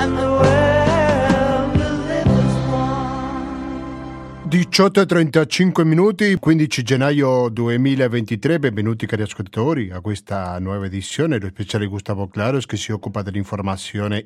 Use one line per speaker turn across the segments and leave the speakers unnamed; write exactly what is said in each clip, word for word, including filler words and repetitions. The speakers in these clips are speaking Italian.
and the world will live as one.
diciotto e trentacinque minuti, quindici gennaio duemilaventitré. Benvenuti cari ascoltatori a questa nuova edizione dello speciale Gustavo Claros che si occupa dell'informazione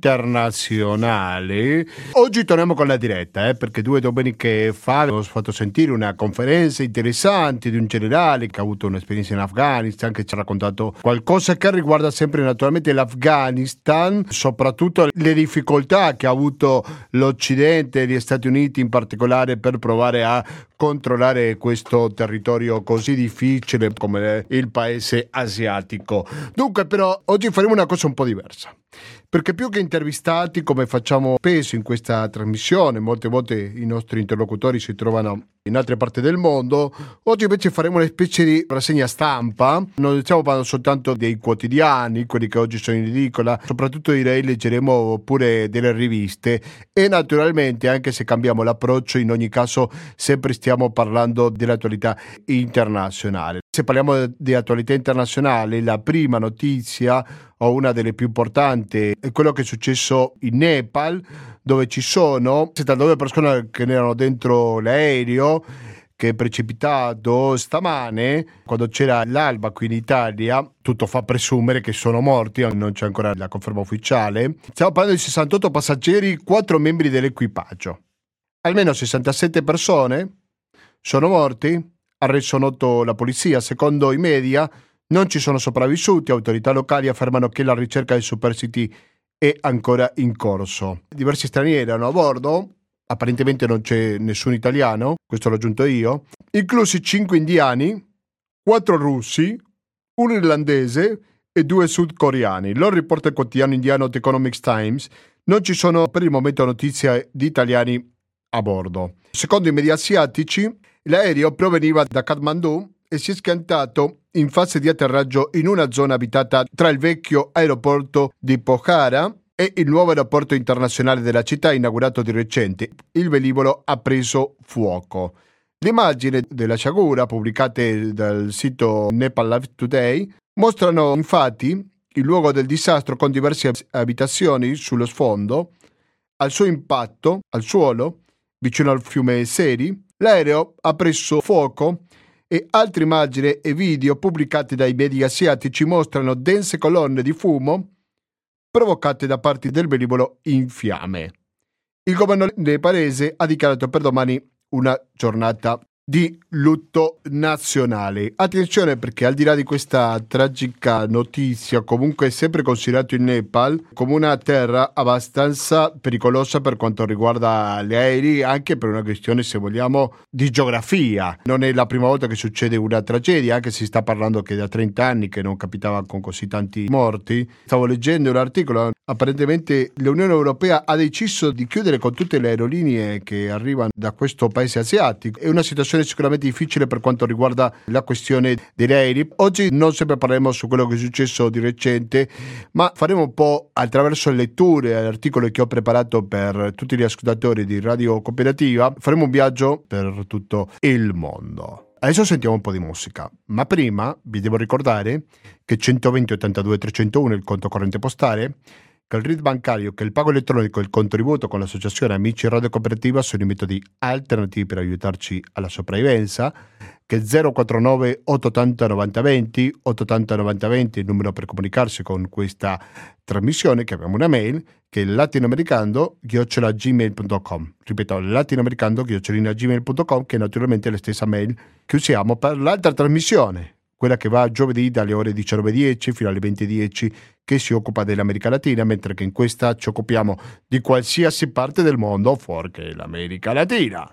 internazionale. Oggi torniamo con la diretta eh, perché due domeniche fa ho fatto sentire una conferenza interessante di un generale che ha avuto un'esperienza in Afghanistan, che ci ha raccontato qualcosa che riguarda sempre naturalmente l'Afghanistan, soprattutto le difficoltà che ha avuto l'Occidente e gli Stati Uniti in particolare per provare a controllare questo territorio così difficile come il paese asiatico. Dunque però oggi faremo una cosa un po' diversa, perché più che intervistati, come facciamo spesso in questa trasmissione, molte volte i nostri interlocutori si trovano in altre parti del mondo, oggi invece faremo una specie di rassegna stampa. Non stiamo parlando soltanto dei quotidiani, quelli che oggi sono in edicola, soprattutto direi leggeremo pure delle riviste e naturalmente, anche se cambiamo l'approccio, in ogni caso sempre stiamo parlando dell'attualità internazionale. Se parliamo di attualità internazionale, la prima notizia o una delle più importanti è quello che è successo in Nepal, dove ci sono settantadue persone che erano dentro l'aereo che è precipitato stamane quando c'era l'alba qui in Italia. Tutto fa presumere che sono morti, non c'è ancora la conferma ufficiale. Stiamo parlando di sessantotto passeggeri, quattro membri dell'equipaggio. Almeno sessantasette persone sono morti, ha reso noto la polizia. Secondo i media non ci sono sopravvissuti, autorità locali affermano che la ricerca dei superstiti è ancora in corso. Diversi stranieri erano a bordo, apparentemente non c'è nessun italiano, questo l'ho aggiunto io, inclusi cinque indiani, quattro russi, un irlandese e due sudcoreani. Lo riporta il quotidiano indiano The Economic Times. Non ci sono per il momento notizie di italiani a bordo. Secondo i media asiatici, l'aereo proveniva da Kathmandu e si è schiantato in fase di atterraggio in una zona abitata tra il vecchio aeroporto di Pokhara e il nuovo aeroporto internazionale della città inaugurato di recente. Il velivolo ha preso fuoco. Le immagini della sciagura pubblicate dal sito Nepal Live Today mostrano infatti il luogo del disastro con diverse abitazioni sullo sfondo. Al suo impatto al suolo, vicino al fiume Seri, l'aereo ha preso fuoco e altre immagini e video pubblicati dai media asiatici mostrano dense colonne di fumo provocate da parti del velivolo in fiamme. Il governo nepalese ha dichiarato per domani una giornata di lutto nazionale. Attenzione, perché al di là di questa tragica notizia, comunque è sempre considerato il Nepal come una terra abbastanza pericolosa per quanto riguarda gli aerei, anche per una questione, se vogliamo, di geografia. Non è la prima volta che succede una tragedia, anche se si sta parlando che da trenta anni che non capitava con così tanti morti. Stavo leggendo un articolo, apparentemente l'Unione Europea ha deciso di chiudere con tutte le aerolinee che arrivano da questo paese asiatico. È una situazione sicuramente difficile per quanto riguarda la questione degli aerei. Oggi non sempre parleremo su quello che è successo di recente, ma faremo un po' attraverso letture e articoli che ho preparato per tutti gli ascoltatori di Radio Cooperativa. Faremo un viaggio per tutto il mondo. Adesso sentiamo un po' di musica, ma prima vi devo ricordare che centoventi ottantadue trecentouno è il conto corrente postale, che il R I D bancario, che il pago elettronico e il contributo con l'associazione Amici Radio Cooperativa sono i metodi alternativi per aiutarci alla sopravvivenza, che zero quattro nove otto otto zero nove zero due zero otto otto zero nove zero due zero è il numero per comunicarsi con questa trasmissione, che abbiamo una mail che è latinoamericano chiocciola gmail punto com. Ripeto, latinoamericano chiocciola gmail punto com, che è naturalmente la stessa mail che usiamo per l'altra trasmissione, quella che va giovedì dalle ore diciannove e dieci fino alle venti e dieci, che si occupa dell'America Latina, mentre che in questa ci occupiamo di qualsiasi parte del mondo fuorché l'America Latina.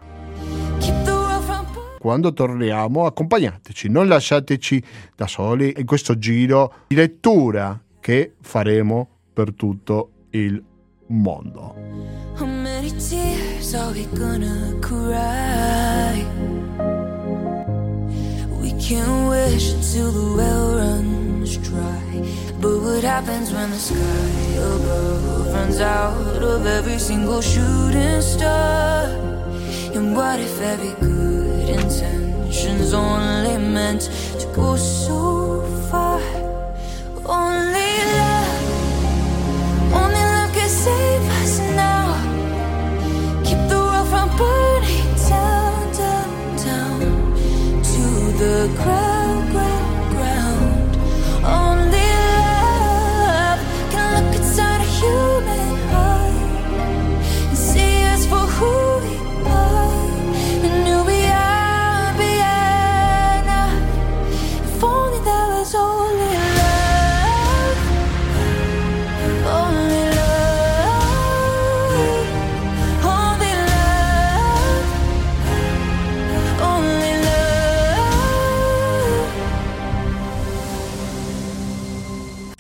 Quando torniamo, accompagnateci, non lasciateci da soli in questo giro di lettura che faremo per tutto il mondo.
How many tears are we gonna cry? We can't wish until the well runs dry. But what happens when the sky above runs out of every single shooting star? And what if every good intention's only meant to go so far? Only love, only love can save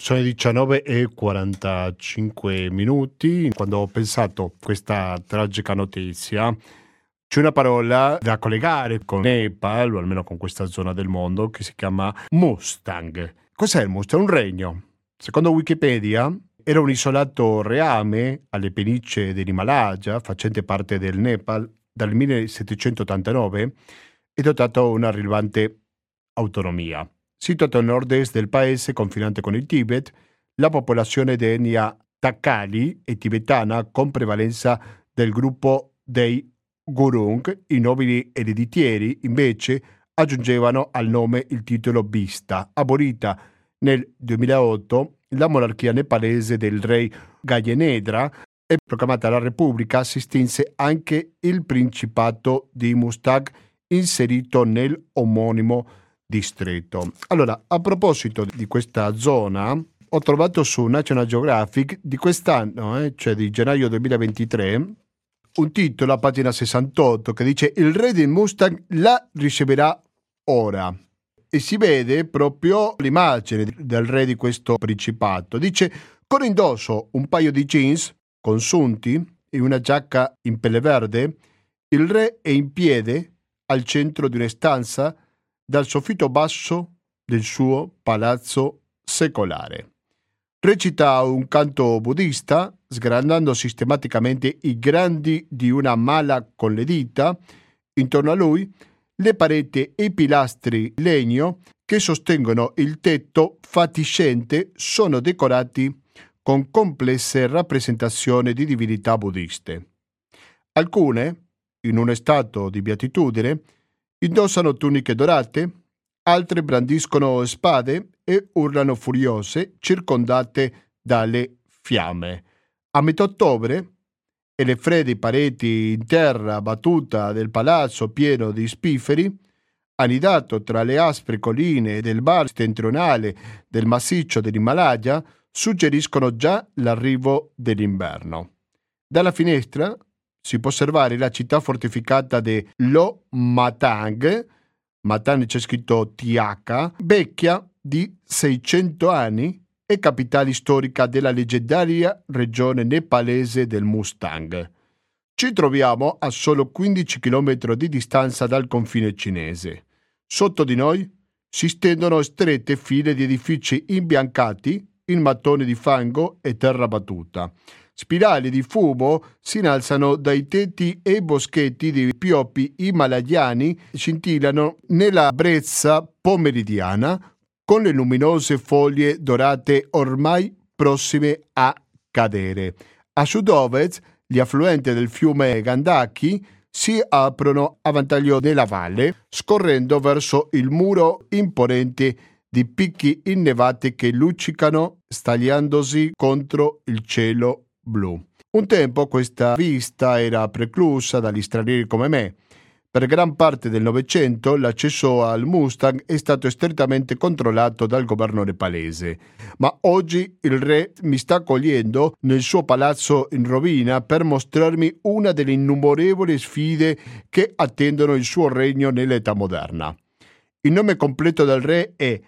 Sono le diciannove e quarantacinque minuti. Quando ho pensato a questa tragica notizia, c'è una parola da collegare con Nepal, o almeno con questa zona del mondo, che si chiama Mustang. Cos'è il Mustang? È un regno. Secondo Wikipedia, era un isolato reame alle pennicie dell'Himalaya, facente parte del Nepal, dal millesettecentottantanove e dotato di una rilevante autonomia. Situato a nord-est del paese, confinante con il Tibet, la popolazione di etnia Thakali è tibetana con prevalenza del gruppo dei Gurung. I nobili ereditieri, invece, aggiungevano al nome il titolo Bista. Abolita nel duemilaotto la monarchia nepalese del re Gyanendra e proclamata la Repubblica, si estinse anche il principato di Mustang inserito nel omonimo distretto. Allora, a proposito di questa zona, ho trovato su National Geographic di quest'anno, eh, cioè di gennaio duemilaventitré, un titolo a pagina sessantotto che dice: il re del Mustang la riceverà ora. E si vede proprio l'immagine del re di questo principato. Dice: con indosso un paio di jeans consunti e una giacca in pelle verde, il re è in piedi al centro di una stanza dal soffitto basso del suo palazzo secolare. Recita un canto buddista, sgranando sistematicamente i grandi di una mala con le dita. Intorno a lui le pareti e i pilastri in legno che sostengono il tetto fatiscente sono decorati con complesse rappresentazioni di divinità buddiste. Alcune, in uno stato di beatitudine, indossano tuniche dorate, altre brandiscono spade e urlano furiose, circondate dalle fiamme. A metà ottobre, e le fredde pareti in terra battuta del palazzo pieno di spifferi, annidato tra le aspre colline del bar settentrionale del massiccio dell'Himalaya, suggeriscono già l'arrivo dell'inverno. Dalla finestra si può osservare la città fortificata di Lo Matang, Matang c'è scritto T H, vecchia di seicento anni e capitale storica della leggendaria regione nepalese del Mustang. Ci troviamo a solo quindici chilometri di distanza dal confine cinese. Sotto di noi si stendono strette file di edifici imbiancati in mattoni di fango e terra battuta. Spirali di fumo si innalzano dai tetti e i boschetti di pioppi himalayani scintillano nella brezza pomeridiana con le luminose foglie dorate ormai prossime a cadere. A sud-ovest, gli affluenti del fiume Gandaki si aprono a vantaggio della valle, scorrendo verso il muro imponente di picchi innevati che luccicano stagliandosi contro il cielo blu. Un tempo questa vista era preclusa dagli stranieri come me. Per gran parte del Novecento l'accesso al Mustang è stato strettamente controllato dal governo nepalese, ma oggi il re mi sta accogliendo nel suo palazzo in rovina per mostrarmi una delle innumerevoli sfide che attendono il suo regno nell'età moderna. Il nome completo del re è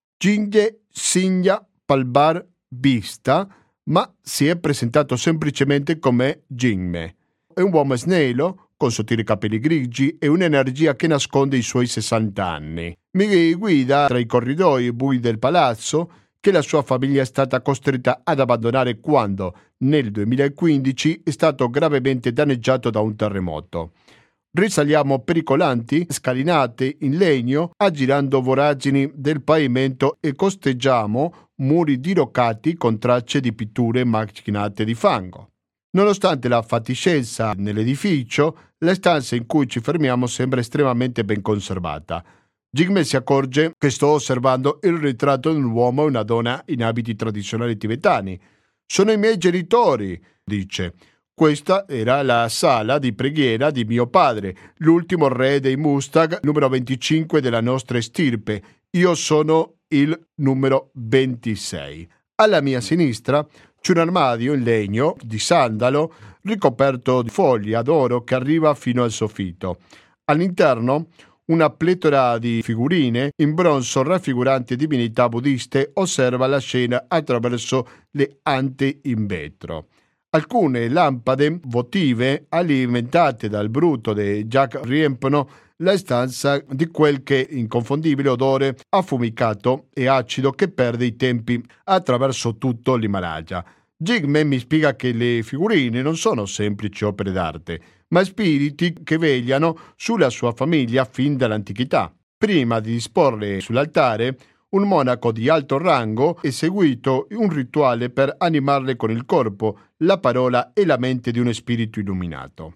Jingme Singha Palbar Bista, ma si è presentato semplicemente come Jingme. È un uomo snello, con sottili capelli grigi e un'energia che nasconde i suoi sessanta anni. Mi guida tra i corridoi bui del palazzo che la sua famiglia è stata costretta ad abbandonare quando, nel duemilaquindici, è stato gravemente danneggiato da un terremoto. Risaliamo pericolanti scalinate in legno, aggirando voragini del pavimento e costeggiamo muri diroccati con tracce di pitture macchinate di fango. Nonostante la fatiscenza nell'edificio, la stanza in cui ci fermiamo sembra estremamente ben conservata. Jingme si accorge che sto osservando il ritratto di un uomo e una donna in abiti tradizionali tibetani. «Sono i miei genitori», dice. Questa era la sala di preghiera di mio padre, l'ultimo re dei Mustang, numero venticinque della nostra stirpe. Io sono il numero ventisei. Alla mia sinistra c'è un armadio in legno di sandalo ricoperto di foglia d'oro che arriva fino al soffitto. All'interno una pletora di figurine in bronzo raffiguranti divinità buddiste osserva la scena attraverso le ante in vetro. Alcune lampade votive alimentate dal bruto di Jack riempiono la stanza di quel che inconfondibile odore affumicato e acido che perde i tempi attraverso tutto l'Himalaya. Jigme mi spiega che le figurine non sono semplici opere d'arte, ma spiriti che vegliano sulla sua famiglia fin dall'antichità. Prima di disporle sull'altare, un monaco di alto rango ha eseguito un rituale per animarle con il corpo, la parola e la mente di uno spirito illuminato.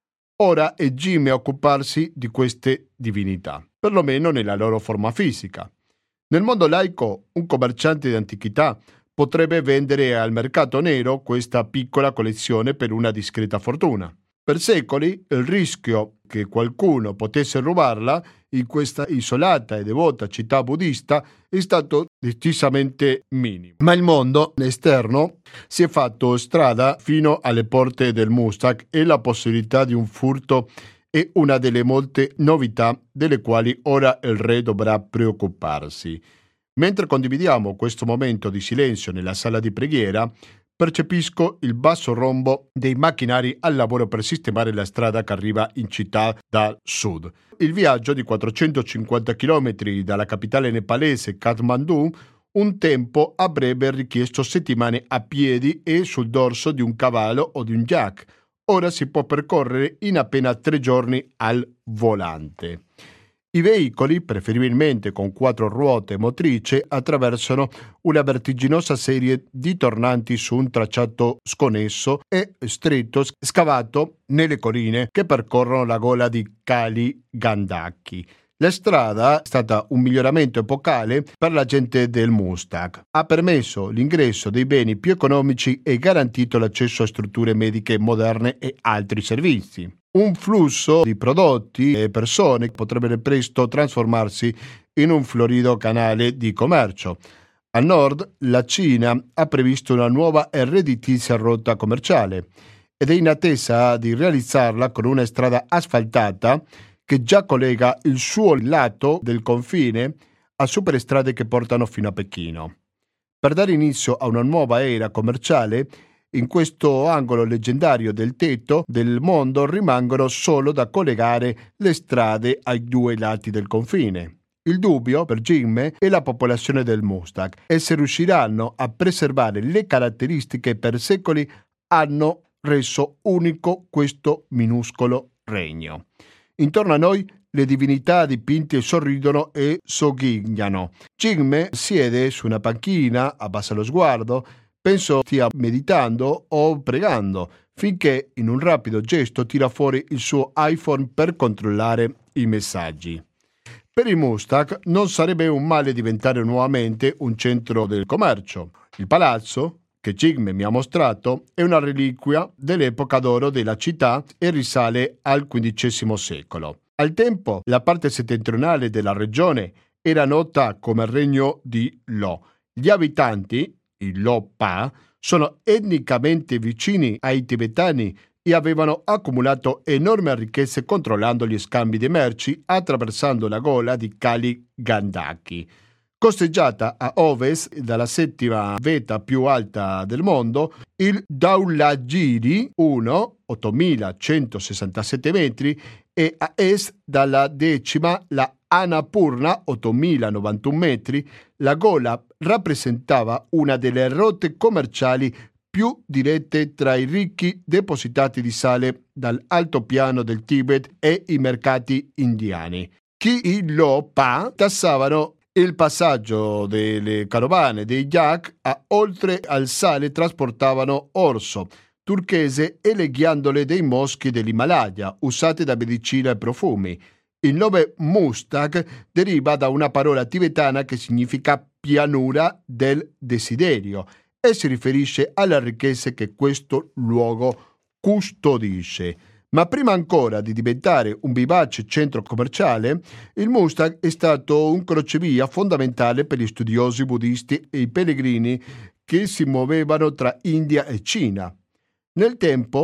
Ora è Jigme a occuparsi di queste divinità, perlomeno nella loro forma fisica. Nel mondo laico, un commerciante di antichità potrebbe vendere al mercato nero questa piccola collezione per una discreta fortuna. Per secoli il rischio che qualcuno potesse rubarla in questa isolata e devota città buddista è stato decisamente minimo. Ma il mondo esterno si è fatto strada fino alle porte del Muztagh e la possibilità di un furto è una delle molte novità delle quali ora il re dovrà preoccuparsi. Mentre condividiamo questo momento di silenzio nella sala di preghiera, percepisco il basso rombo dei macchinari al lavoro per sistemare la strada che arriva in città dal sud. Il viaggio di quattrocentocinquanta chilometri dalla capitale nepalese Kathmandu un tempo avrebbe richiesto settimane a piedi e sul dorso di un cavallo o di un yak. Ora si può percorrere in appena tre giorni al volante. I veicoli, preferibilmente con quattro ruote motrici, attraversano una vertiginosa serie di tornanti su un tracciato sconnesso e stretto scavato nelle colline che percorrono la gola di Kali Gandaki. La strada è stata un miglioramento epocale per la gente del Muztagh. Ha permesso l'ingresso dei beni più economici e garantito l'accesso a strutture mediche moderne e altri servizi. Un flusso di prodotti e persone potrebbe presto trasformarsi in un florido canale di commercio. A nord, la Cina ha previsto una nuova e redditizia rotta commerciale ed è in attesa di realizzarla con una strada asfaltata che già collega il suo lato del confine a superstrade che portano fino a Pechino. Per dare inizio a una nuova era commerciale, in questo angolo leggendario del tetto del mondo rimangono solo da collegare le strade ai due lati del confine. Il dubbio per Jigme è la popolazione del Muztagh e se riusciranno a preservare le caratteristiche per secoli hanno reso unico questo minuscolo regno. Intorno a noi le divinità dipinte sorridono e sogghignano. Jigme siede su una panchina, abbassa lo sguardo, penso stia meditando o pregando, finché in un rapido gesto tira fuori il suo iPhone per controllare i messaggi. Per il Muztagh non sarebbe un male diventare nuovamente un centro del commercio. Il palazzo, che Jigme mi ha mostrato, è una reliquia dell'epoca d'oro della città e risale al quindicesimo secolo. Al tempo, la parte settentrionale della regione era nota come regno di Lo. Gli abitanti, i Lo-Pa, sono etnicamente vicini ai tibetani e avevano accumulato enormi ricchezze controllando gli scambi di merci attraversando la gola di Kali Gandaki. Costeggiata a ovest dalla settima vetta più alta del mondo, il Dhaulagiri uno, ottomilacentosessantasette metri, e a est dalla decima la Annapurna, ottomilanovantuno metri, la gola rappresentava una delle rotte commerciali più dirette tra i ricchi depositati di sale dall'altopiano del Tibet e i mercati indiani. Chi i Lo-Pa tassavano il passaggio delle carovane dei yak a oltre al sale trasportavano orso, turchese e le ghiandole dei moschi dell'Himalaya, usate da medicina e profumi. Il nome Muztagh deriva da una parola tibetana che significa pianura del desiderio e si riferisce alle ricchezze che questo luogo custodisce. Ma prima ancora di diventare un vivace centro commerciale, il Muztagh è stato un crocevia fondamentale per gli studiosi buddisti e i pellegrini che si muovevano tra India e Cina. Nel tempo,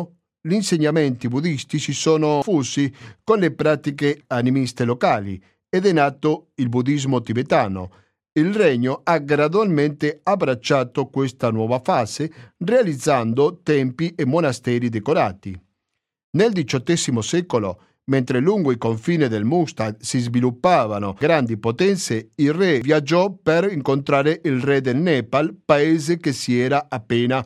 gli insegnamenti buddistici sono fusi con le pratiche animiste locali ed è nato il buddismo tibetano. Il regno ha gradualmente abbracciato questa nuova fase, realizzando templi e monasteri decorati. Nel diciottesimo secolo, mentre lungo i confini del Mustang si sviluppavano grandi potenze, il re viaggiò per incontrare il re del Nepal, paese che si era appena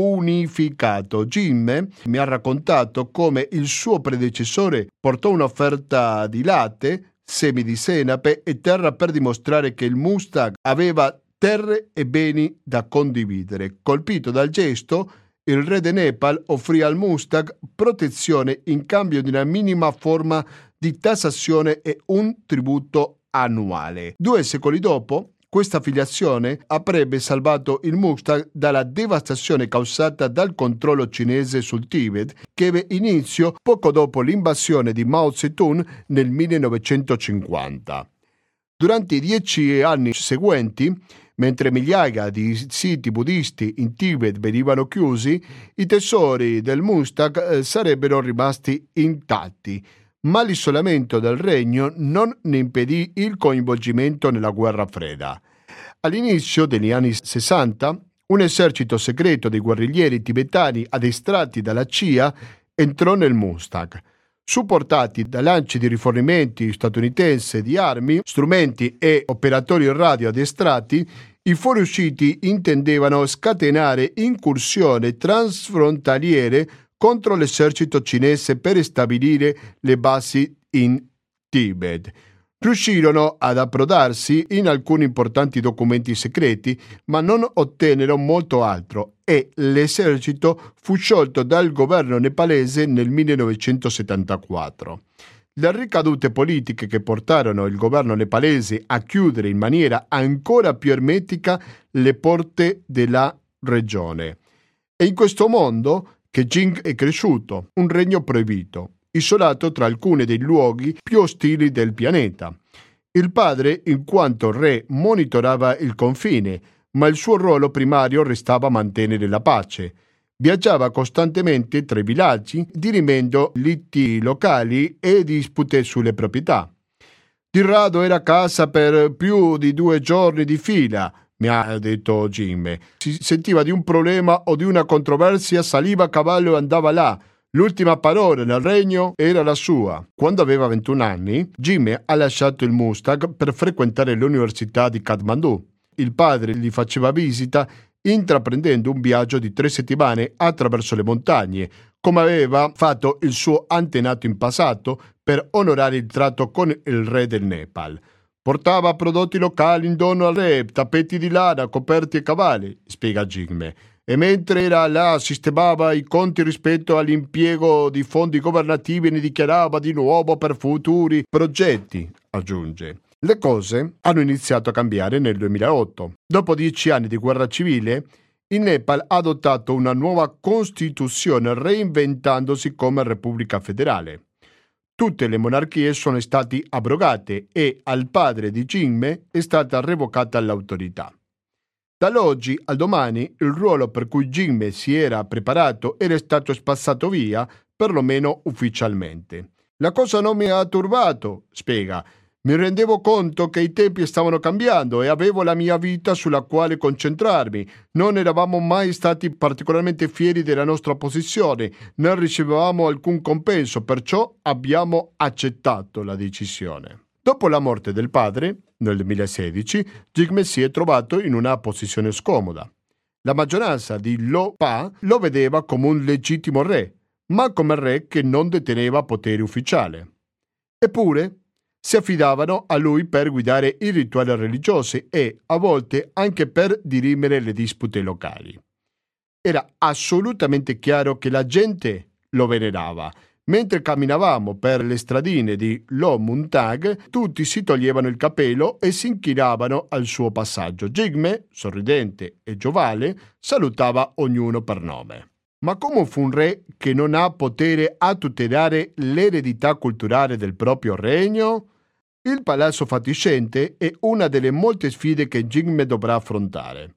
unificato. Jim mi ha raccontato come il suo predecessore portò un'offerta di latte, semi di senape e terra per dimostrare che il Mustang aveva terre e beni da condividere. Colpito dal gesto, il re del Nepal offrì al Mustang protezione in cambio di una minima forma di tassazione e un tributo annuale. Due secoli dopo, questa affiliazione avrebbe salvato il Mustang dalla devastazione causata dal controllo cinese sul Tibet, che ebbe inizio poco dopo l'invasione di Mao Zedong nel millenovecentocinquanta. Durante i dieci anni seguenti, mentre migliaia di siti buddisti in Tibet venivano chiusi, i tesori del Mustang sarebbero rimasti intatti, ma l'isolamento del regno non ne impedì il coinvolgimento nella guerra fredda. All'inizio degli anni sessanta, un esercito segreto di guerriglieri tibetani addestrati dalla C I A entrò nel Mustang. Supportati da lanci di rifornimenti statunitensi di armi, strumenti e operatori radio addestrati, i fuoriusciti intendevano scatenare incursioni transfrontaliere contro l'esercito cinese per stabilire le basi in Tibet. Riuscirono ad approdarsi in alcuni importanti documenti segreti, ma non ottennero molto altro e l'esercito fu sciolto dal governo nepalese nel millenovecentosettantaquattro. Le ricadute politiche che portarono il governo nepalese a chiudere in maniera ancora più ermetica le porte della regione. È in questo mondo che Jing è cresciuto, un regno proibito, isolato tra alcuni dei luoghi più ostili del pianeta. Il padre, in quanto re, monitorava il confine, ma il suo ruolo primario restava mantenere la pace. Viaggiava costantemente tra i villaggi, dirimendo liti locali e dispute sulle proprietà. Di rado era a casa per più di due giorni di fila, mi ha detto Jim. Si sentiva di un problema o di una controversia, saliva a cavallo e andava là. L'ultima parola nel regno era la sua. Quando aveva ventuno anni, Jim ha lasciato il Mustang per frequentare l'università di Kathmandu. Il padre gli faceva visita, intraprendendo un viaggio di tre settimane attraverso le montagne, come aveva fatto il suo antenato in passato per onorare il tratto con il re del Nepal. Portava prodotti locali in dono al re, tappeti di lana, coperti e cavalli, spiega Jim. E mentre era là sistemava i conti rispetto all'impiego di fondi governativi e ne dichiarava di nuovo per futuri progetti, aggiunge. Le cose hanno iniziato a cambiare nel duemilaotto. Dopo dieci anni di guerra civile, il Nepal ha adottato una nuova costituzione reinventandosi come repubblica federale. Tutte le monarchie sono state abrogate e al padre di Jim è stata revocata l'autorità. Dall'oggi al domani il ruolo per cui Jim si era preparato era stato spazzato via, perlomeno ufficialmente. La cosa non mi ha turbato, spiega. Mi rendevo conto che i tempi stavano cambiando e avevo la mia vita sulla quale concentrarmi. Non eravamo mai stati particolarmente fieri della nostra posizione, non ricevevamo alcun compenso, perciò abbiamo accettato la decisione. Dopo la morte del padre, nel duemilasedici, Jigme si è trovato in una posizione scomoda. La maggioranza di Lo Pa lo vedeva come un legittimo re, ma come re che non deteneva potere ufficiale. Eppure, si affidavano a lui per guidare i rituali religiosi e, a volte, anche per dirimere le dispute locali. Era assolutamente chiaro che la gente lo venerava. Mentre camminavamo per le stradine di Lo Muntag, tutti si toglievano il cappello e si inchinavano al suo passaggio. Jigme, sorridente e giovane, salutava ognuno per nome. Ma come fu un re che non ha potere a tutelare l'eredità culturale del proprio regno? Il palazzo fatiscente è una delle molte sfide che Jigme dovrà affrontare.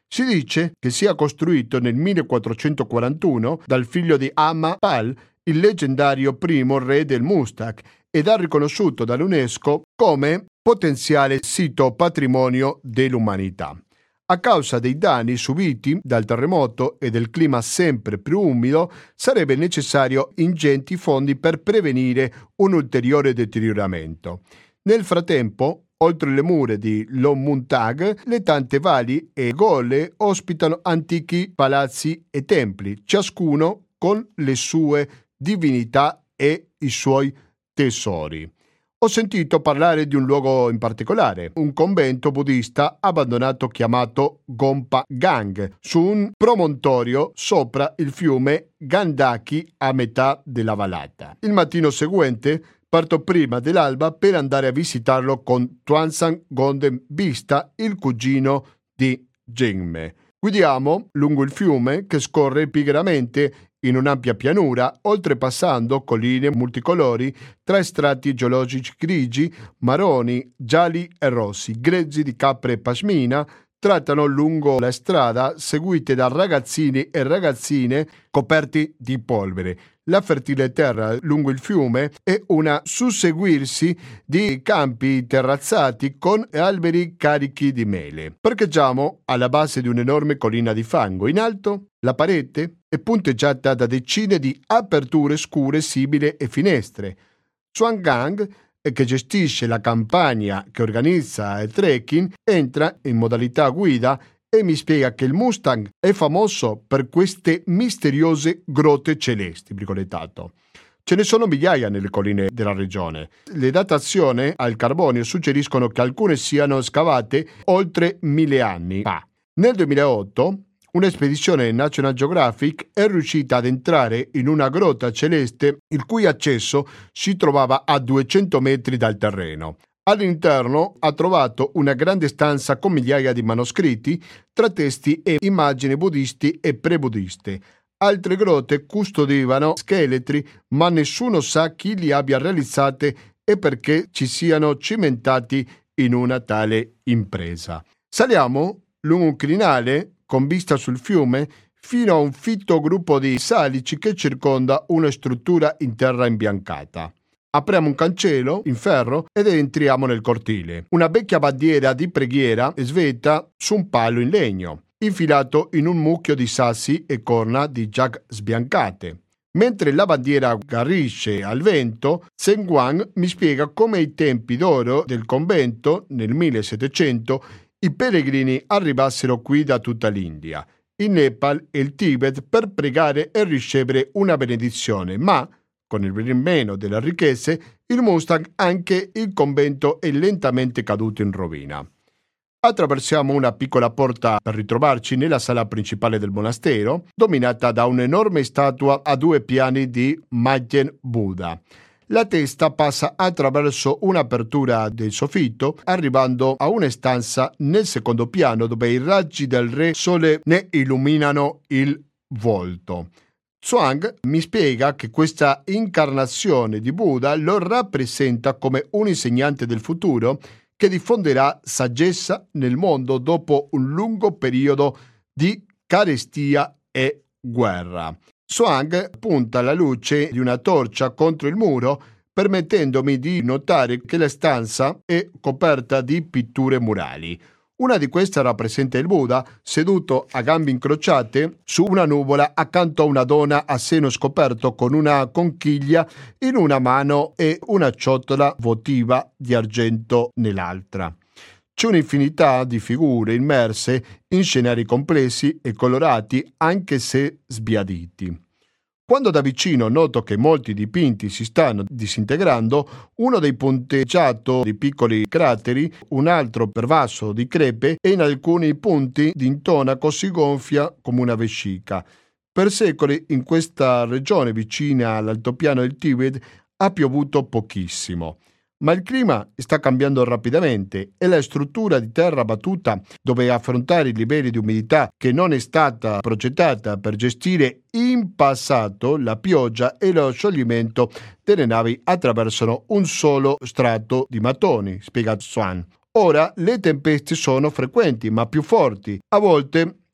Si dice che sia costruito nel millequattrocentoquarantuno dal figlio di Amma Pal, il leggendario primo re del Mustang, ed ha riconosciuto dall'UNESCO come potenziale sito patrimonio dell'umanità. A causa dei danni subiti dal terremoto e del clima sempre più umido, sarebbe necessario ingenti fondi per prevenire un ulteriore deterioramento. Nel frattempo, oltre le mura di Lomuntag, le tante valli e gole ospitano antichi palazzi e templi, ciascuno con le sue divinità e i suoi tesori. Ho sentito parlare di un luogo in particolare, un convento buddista abbandonato chiamato Gompa Gang, su un promontorio sopra il fiume Gandaki a metà della vallata. Il mattino seguente parto prima dell'alba per andare a visitarlo con Tuanzang Gonden Vista, il cugino di Jingme. Guidiamo lungo il fiume che scorre pigramente in un'ampia pianura, oltrepassando colline multicolori tra strati geologici grigi, marroni, gialli e rossi, grezzi di capre pashmina, trattano lungo la strada seguite da ragazzini e ragazzine coperti di polvere. La fertile terra lungo il fiume è un susseguirsi di campi terrazzati con alberi carichi di mele. Parcheggiamo alla base di un'enorme collina di fango. In alto la parete è punteggiata da decine di aperture scure, sibili e finestre. Swangang, che gestisce la campagna che organizza il trekking, entra in modalità guida e mi spiega che il Mustang è famoso per queste misteriose grotte celesti, virgolettato. Ce ne sono migliaia nelle colline della regione. Le datazioni al carbonio suggeriscono che alcune siano scavate oltre mille anni fa. Nel duemilaotto un'espedizione National Geographic è riuscita ad entrare in una grotta celeste il cui accesso si trovava a duecento metri dal terreno. All'interno ha trovato una grande stanza con migliaia di manoscritti tra testi e immagini buddisti e pre-buddiste. Altre grotte custodivano scheletri, ma nessuno sa chi li abbia realizzate e perché ci siano cimentati in una tale impresa. Saliamo lungo un crinale con vista sul fiume fino a un fitto gruppo di salici che circonda una struttura in terra imbiancata. Apriamo un cancello in ferro ed entriamo nel cortile. Una vecchia bandiera di preghiera svetta su un palo in legno, infilato in un mucchio di sassi e corna di giak sbiancate. Mentre la bandiera garrisce al vento, Zheng Guang mi spiega come ai tempi d'oro del convento, nel millesettecento, i pellegrini arrivassero qui da tutta l'India, il Nepal e il Tibet per pregare e ricevere una benedizione, ma con il venir meno delle ricchezze, il Mustang, anche il convento è lentamente caduto in rovina. Attraversiamo una piccola porta per ritrovarci nella sala principale del monastero, dominata da un'enorme statua a due piani di Majen Buddha. La testa passa attraverso un'apertura del soffitto, arrivando a una stanza nel secondo piano dove i raggi del Re Sole ne illuminano il volto. Zhuang mi spiega che questa incarnazione di Buddha lo rappresenta come un insegnante del futuro che diffonderà saggezza nel mondo dopo un lungo periodo di carestia e guerra. Zhuang punta la luce di una torcia contro il muro, permettendomi di notare che la stanza è coperta di pitture murali. Una di queste rappresenta il Buddha seduto a gambe incrociate su una nuvola accanto a una donna a seno scoperto con una conchiglia in una mano e una ciotola votiva di argento nell'altra. C'è un'infinità di figure immerse in scenari complessi e colorati, anche se sbiaditi. Quando da vicino noto che molti dipinti si stanno disintegrando, uno dei punteggiato di piccoli crateri, un altro pervaso di crepe e in alcuni punti d'intonaco si gonfia come una vescica. Per secoli in questa regione vicina all'altopiano del Tibet ha piovuto pochissimo. Ma il clima sta cambiando rapidamente e la struttura di terra battuta, dove affrontare i livelli di umidità che non è stata progettata per gestire in passato la pioggia e lo scioglimento delle navi attraversano un solo strato di mattoni, spiega Zhuang. Ora le tempeste sono frequenti ma più forti. A volte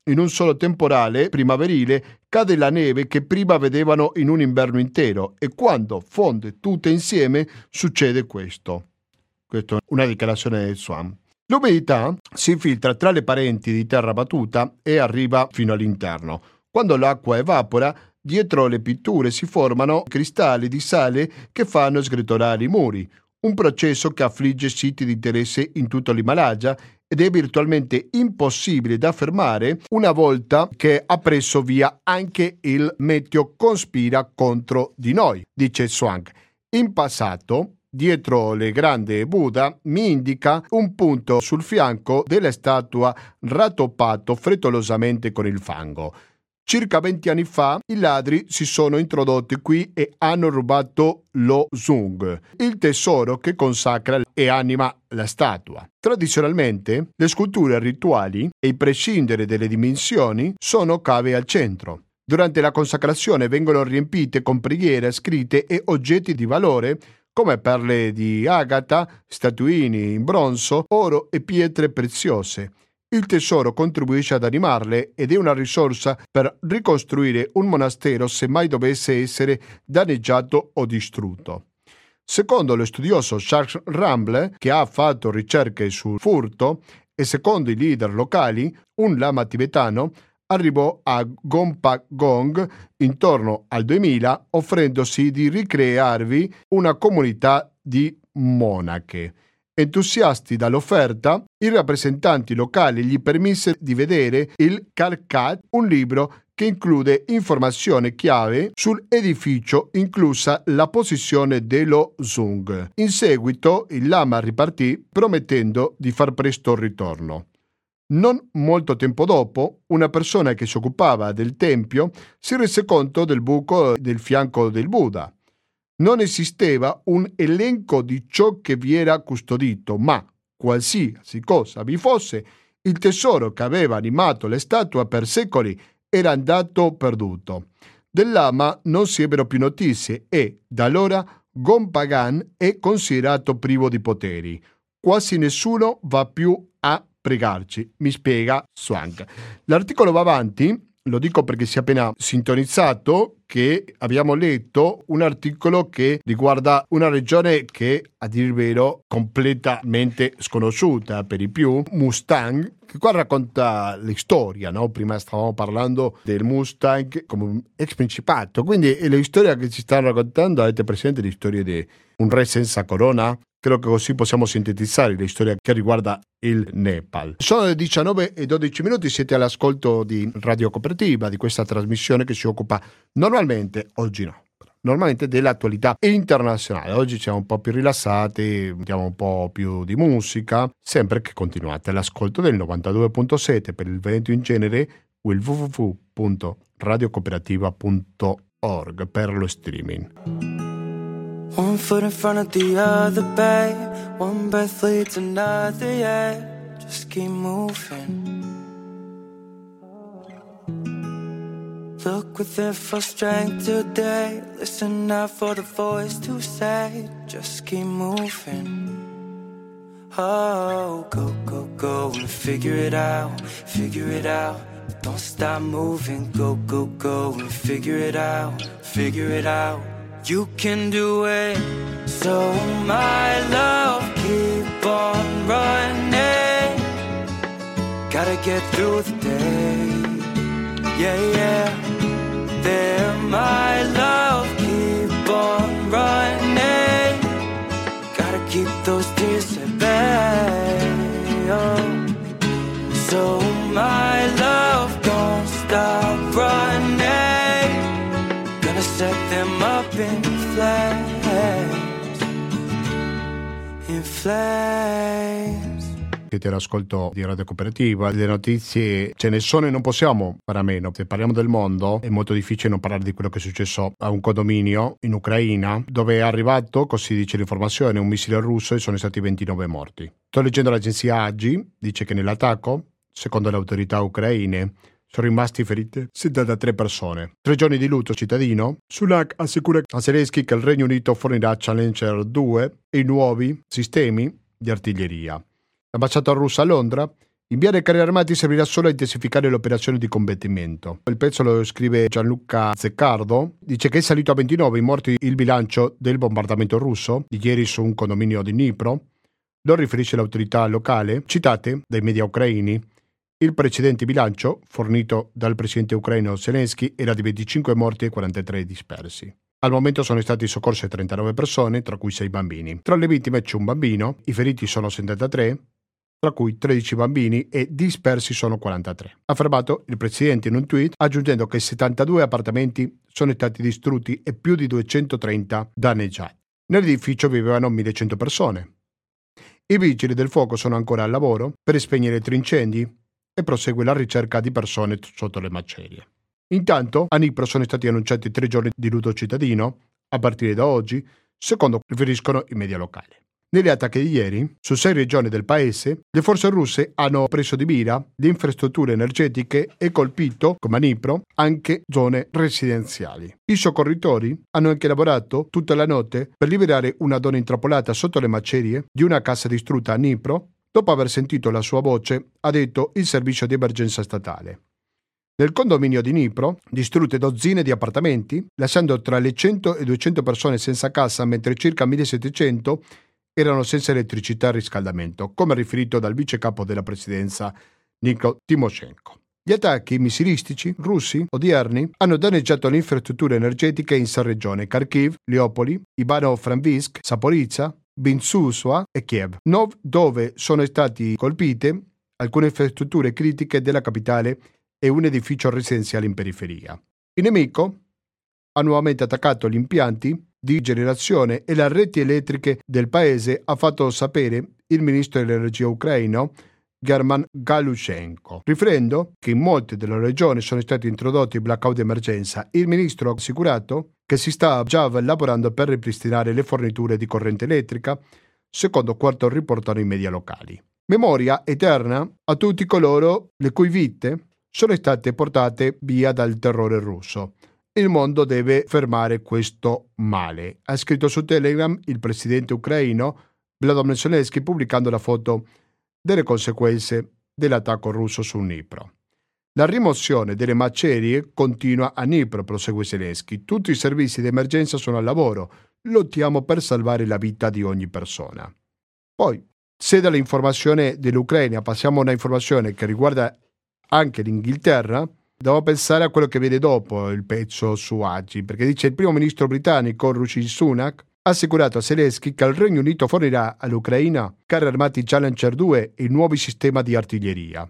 in un solo temporale primaverile cade la neve che prima vedevano in un inverno intero e quando fonde tutte insieme succede questo. Questa è una dichiarazione del Swan. L'umidità si infiltra tra le pareti di terra battuta e arriva fino all'interno. Quando l'acqua evapora, dietro le pitture si formano cristalli di sale che fanno sgretolare i muri, un processo che affligge siti di interesse in tutto l'Himalaya ed è virtualmente impossibile da fermare una volta che ha preso via anche il meteo conspira contro di noi, dice Swank. In passato, dietro le grandi Buddha, mi indica un punto sul fianco della statua rattoppato frettolosamente con il fango. Circa venti anni fa i ladri si sono introdotti qui e hanno rubato lo Zung, il tesoro che consacra e anima la statua. Tradizionalmente, le sculture rituali, e il prescindere delle dimensioni, sono cave al centro. Durante la consacrazione vengono riempite con preghiere scritte e oggetti di valore come perle di agata, statuini in bronzo, oro e pietre preziose. Il tesoro contribuisce ad animarle ed è una risorsa per ricostruire un monastero se mai dovesse essere danneggiato o distrutto. Secondo lo studioso Charles Ramble, che ha fatto ricerche sul furto, e secondo i leader locali, un lama tibetano arrivò a Gompa Gong intorno al duemila offrendosi di ricrearvi una comunità di monache. Entusiasti dall'offerta, i rappresentanti locali gli permisero di vedere il Karkat, un libro che include informazioni chiave sull'edificio, inclusa la posizione dello Zung. In seguito il lama ripartì promettendo di far presto il ritorno. Non molto tempo dopo, una persona che si occupava del tempio si rese conto del buco del fianco del Buddha. Non esisteva un elenco di ciò che vi era custodito, ma qualsiasi cosa vi fosse, il tesoro che aveva animato la statua per secoli era andato perduto. Del lama non si ebbero più notizie e, da allora, Gompagan è considerato privo di poteri. Quasi nessuno va più a pregarci, mi spiega Swank. L'articolo va avanti. Lo dico perché si è appena sintonizzato che abbiamo letto un articolo che riguarda una regione che, a dir vero, completamente sconosciuta per i più, Mustang, che qua racconta la storia, no? Prima stavamo parlando del Mustang come un ex principato, quindi la storia che ci stanno raccontando, avete presente le storie di un re senza corona? Credo che così possiamo sintetizzare la storia che riguarda il Nepal. Sono le diciannove e dodici minuti, siete all'ascolto di Radio Cooperativa, di questa trasmissione che si occupa normalmente, oggi no, normalmente dell'attualità internazionale. Oggi siamo un po' più rilassati, mettiamo un po' più di musica, sempre che continuate all'ascolto del novantadue virgola sette per il Veneto in genere o il w w w punto radio cooperativa punto org per lo streaming.
One foot in front of the other, babe. One breath leads another, yeah. Just keep moving. Look within for strength today. Listen out for the voice to say, just keep moving. Oh, go, go, go and figure it out, figure it out. Don't stop moving, go, go, go and figure it out, figure it out. You can do it. So my love, keep on running. Gotta get through the day. Yeah, yeah. There, my love, keep on running. Gotta keep those tears at bay. Oh. So my love, don't stop running. Set them up in flames, in flames.
Siete all'ascolto di Radio Cooperativa, le notizie ce ne sono e non possiamo fare a meno. Se parliamo del mondo è molto difficile non parlare di quello che è successo a un condominio in Ucraina, dove è arrivato, così dice l'informazione, un missile russo e sono stati ventinove morti. Sto leggendo l'agenzia A G I, dice che nell'attacco, secondo le autorità ucraine, sono rimasti ferite settantatré persone. Tre giorni di lutto cittadino. Sunak assicura a Zelensky che il Regno Unito fornirà Challenger due e i nuovi sistemi di artiglieria. L'ambasciatore russo a Londra Inviare carri armati servirà solo a intensificare l'operazione di combattimento. Il pezzo lo scrive Gianluca Zeccardo, dice che è salito a ventinove i morti il bilancio del bombardamento russo di ieri su un condominio di Dnipro. Lo riferisce l'autorità locale, citate dai media ucraini. Il precedente bilancio, fornito dal presidente ucraino Zelensky, era di venticinque morti e quarantatré dispersi. Al momento sono stati soccorse trentanove persone, tra cui sei bambini. Tra le vittime c'è un bambino, i feriti sono settantatré, tra cui tredici bambini e dispersi sono quarantatré. Ha affermato il presidente in un tweet, aggiungendo che settantadue appartamenti sono stati distrutti e più di duecentotrenta danneggiati. Nell'edificio vivevano millecento persone. I vigili del fuoco sono ancora al lavoro per spegnere tre incendi e prosegue la ricerca di persone sotto le macerie. Intanto a Dnipro sono stati annunciati tre giorni di lutto cittadino a partire da oggi, secondo riferiscono i media locali. Negli attacchi di ieri, su sei regioni del paese, le forze russe hanno preso di mira le infrastrutture energetiche e colpito, come a Dnipro, anche zone residenziali. I soccorritori hanno anche lavorato tutta la notte per liberare una donna intrappolata sotto le macerie di una casa distrutta a Dnipro. Dopo aver sentito la sua voce, ha detto il servizio di emergenza statale. Nel condominio di Dnipro, distrutte dozzine di appartamenti, lasciando tra le cento e duecento persone senza casa, mentre circa millesettecento erano senza elettricità e riscaldamento, come riferito dal vice capo della presidenza Nikol Timoshenko. Gli attacchi missilistici russi odierni hanno danneggiato le infrastrutture energetiche in sei regioni: Kharkiv, Leopoli, Ivano-Frankivsk, Zaporizhzhia, Vinnytsia e Kiev, dove sono state colpite alcune infrastrutture critiche della capitale e un edificio residenziale in periferia. Il nemico ha nuovamente attaccato gli impianti di generazione e le reti elettriche del paese, ha fatto sapere il ministro dell'energia ucraino German Galushenko, riferendo che in molte delle regioni sono stati introdotti blackout di emergenza. Il ministro ha assicurato che si sta già lavorando per ripristinare le forniture di corrente elettrica, secondo quanto riportano i media locali. Memoria eterna a tutti coloro le cui vite sono state portate via dal terrore russo. Il mondo deve fermare questo male, ha scritto su Telegram il presidente ucraino Volodymyr Zelensky, pubblicando la foto delle conseguenze dell'attacco russo su Dnipro. La rimozione delle macerie continua a Dnipro, prosegue Zelensky. Tutti i servizi di emergenza sono al lavoro. Lottiamo per salvare la vita di ogni persona. Poi, se dall'informazione dell'Ucraina passiamo a una informazione che riguarda anche l'Inghilterra, devo pensare a quello che viene dopo il pezzo su Agi, perché dice il primo ministro britannico Rishi Sunak ha assicurato a Zelensky che il Regno Unito fornirà all'Ucraina carri armati Challenger due e nuovi sistemi di artiglieria.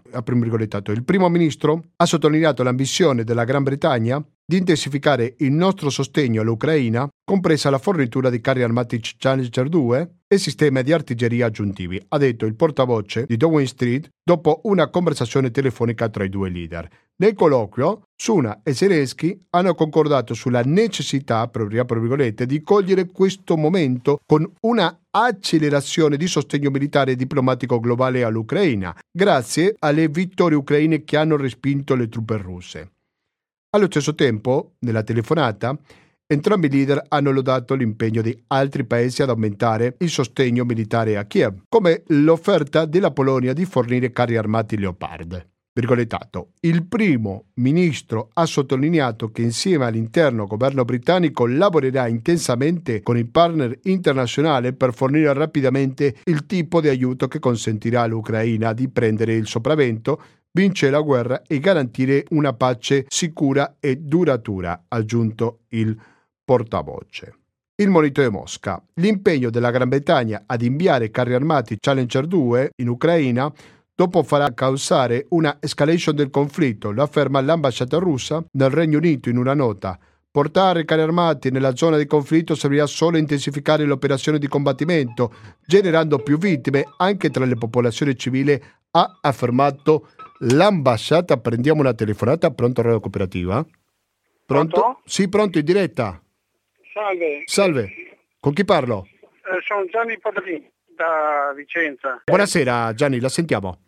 Il primo ministro ha sottolineato l'ambizione della Gran Bretagna di intensificare il nostro sostegno all'Ucraina, compresa la fornitura di carri armati Challenger due e sistemi di artiglieria aggiuntivi, ha detto il portavoce di Downing Street dopo una conversazione telefonica tra i due leader. Nel colloquio, Sunak e Zelensky hanno concordato sulla necessità, tra virgolette, di cogliere questo momento con una accelerazione di sostegno militare e diplomatico globale all'Ucraina, grazie alle vittorie ucraine che hanno respinto le truppe russe. Allo stesso tempo, nella telefonata, entrambi i leader hanno lodato l'impegno di altri paesi ad aumentare il sostegno militare a Kiev, come l'offerta della Polonia di fornire carri armati Leopard. Virgolettato. Il primo ministro ha sottolineato che insieme all'interno governo britannico lavorerà intensamente con i partner internazionali per fornire rapidamente il tipo di aiuto che consentirà all'Ucraina di prendere il sopravvento, vincere la guerra e garantire una pace sicura e duratura, ha aggiunto il portavoce. Il monito di Mosca. L'impegno della Gran Bretagna ad inviare carri armati Challenger due in Ucraina dopo farà causare una escalation del conflitto, lo afferma l'ambasciata russa nel Regno Unito in una nota. Portare carri armati nella zona di conflitto servirà solo a intensificare l'operazione di combattimento, generando più vittime anche tra le popolazioni civili, ha affermato l'ambasciata. Prendiamo una telefonata. Pronto, Radio Cooperativa? Pronto?
Pronto?
Sì, pronto, in diretta.
Salve.
Salve. Con chi parlo?
Eh, sono Gianni Padrini da Vicenza.
Buonasera Gianni, la sentiamo.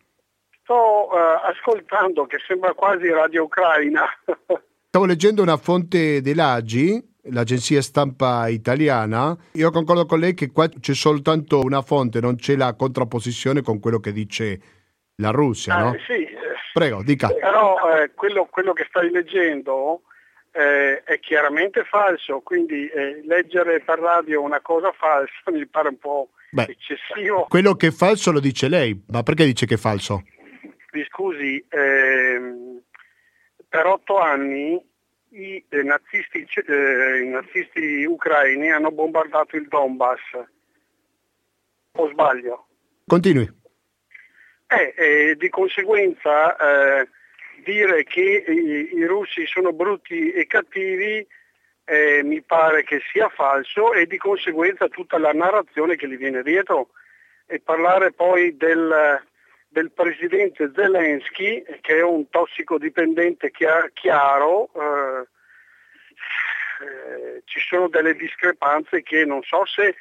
Sto eh, ascoltando, che sembra quasi Radio Ucraina.
Stavo leggendo una fonte dell'A G I, l'agenzia stampa italiana. Io concordo con lei che qua c'è soltanto una fonte, non c'è la contrapposizione con quello che dice la Russia,
Ah,
no?
sì, eh,
Prego, dica.
però eh, quello, quello che stai leggendo eh, è chiaramente falso, quindi eh, leggere per radio una cosa falsa mi pare un po'
Beh,
eccessivo.
quello che è falso lo dice lei, ma perché dice che è falso?
Mi scusi, ehm, per otto anni i, eh, nazisti, eh, i nazisti ucraini hanno bombardato il Donbass, o sbaglio?
Continui.
Eh, eh, di conseguenza eh, dire che i, i russi sono brutti e cattivi eh, mi pare che sia falso, e di conseguenza tutta la narrazione che gli viene dietro, e parlare poi del, del presidente Zelensky, che è un tossicodipendente chia- chiaro, eh, eh, ci sono delle discrepanze che non so se